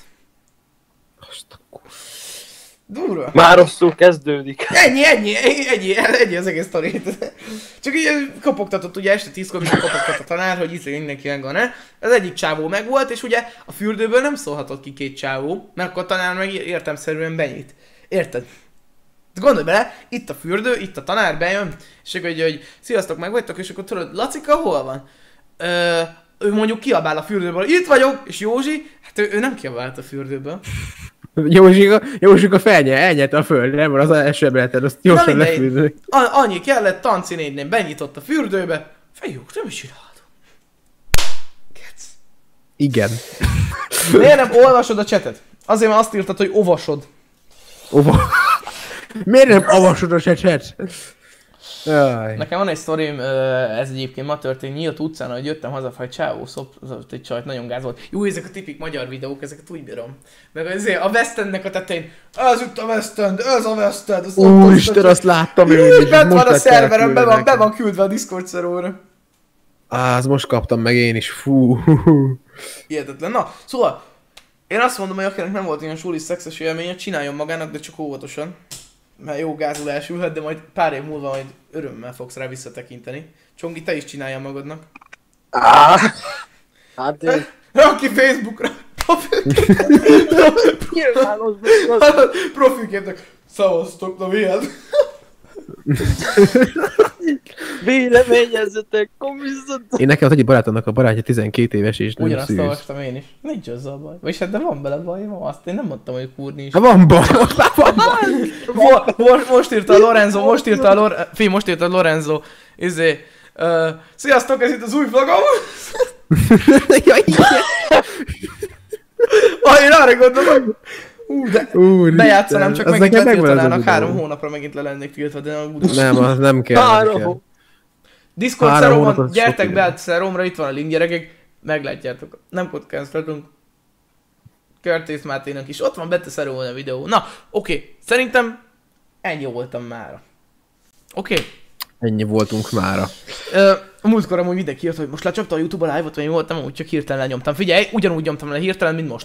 Durva. Már rosszul kezdődik. Ennyi az egész sztorit. Csak így kopogtatott, ugye este 10-kor kopogtatott a tanár, hogy mindenki van-e. Az egyik csávó megvolt, és ugye a fürdőből nem szólhatott ki 2 csávó, mert akkor a tanár meg értelmszerűen benyit. Érted? Gondolj bele, itt a fürdő, itt a tanár bejön, és akkor hogy sziasztok, meg vagytok, és akkor tudod, Lacika hol van? Ő mondjuk kiabál a fürdőből, itt vagyok, és Józsi, hát ő nem kiabált a fürdőből. Józsika elnyelte a földre, mert az első emeleten, azt gyorsan lefűrni. Annyi kellett, Tanci négynél benyitott a fürdőbe. Fejük, nem is csinálod. Igen. Miért nem olvasod a csetet? Azért, mert azt írtad, hogy olvasod. Miért nem avasod a cset? Jaj. Nekem van egy sztorim, ez egyébként ma történt, nyílt utcán, hogy jöttem hazafelé, csávó szopt egy csajt, nagyon gáz volt. Jó, ezek a tipik magyar videók, ezeket úgy bírom. Meg azért a West Endnek a tetején, ez itt a West End, ez a West End. Úristen, azt láttam én is. Bent van a szerveren, be van küldve a Discord szerverre. Az most kaptam meg én is, fú. Hihetetlen. Na, szóval, én azt mondom, hogy akinek nem volt ilyen sulis szexes élménye, csináljon magának, de csak óvatosan. Mert jó gázul elsülhet, de majd pár év múlva majd örömmel fogsz rá visszatekinteni. Csongi, te is csinálja magadnak. Hát én... Rak ki Facebookra! Profilképnek. Szavaztok, na miért? Véleményezzetek, komisszott! Én nekem az egyik barátomnak a barátja 12 éves és nem Ugyanazt szűz. olvastam én is. Nincs azzal baj. Vagyis hát de van bele baj, ma azt én nem mondtam, hogy kurni is. Hát van baj! Most írta a Lorenzo, most írta a Lorenzo. Sziasztok, ez itt az új vlogom! Jaj, Én arra gondolom, de Úristen, bejátszanám, csak az megint nekem megvan ez a letiltanának, videó. 3 hónapra megint le lennék tiltva, de Nem, az nem kell. nem kell. Discord 3 szeromon, hónapot gyertek sok be idő. a szeromra, itt van a link, gyerekek, meglátjátok. Nem kockáztatunk. Curtis Máténak is, ott van bette szeromon a videó. Na, oké, szerintem ennyi voltam mára. Oké? Ennyi voltunk mára. A múltkor amúgy mindenki írt, hogy most lecsapta a YouTube a live-ot, vagy mi voltam, úgy csak hirtelen lenyomtam. Figyelj, ugyanúgy nyomtam le hirtelen, mint most.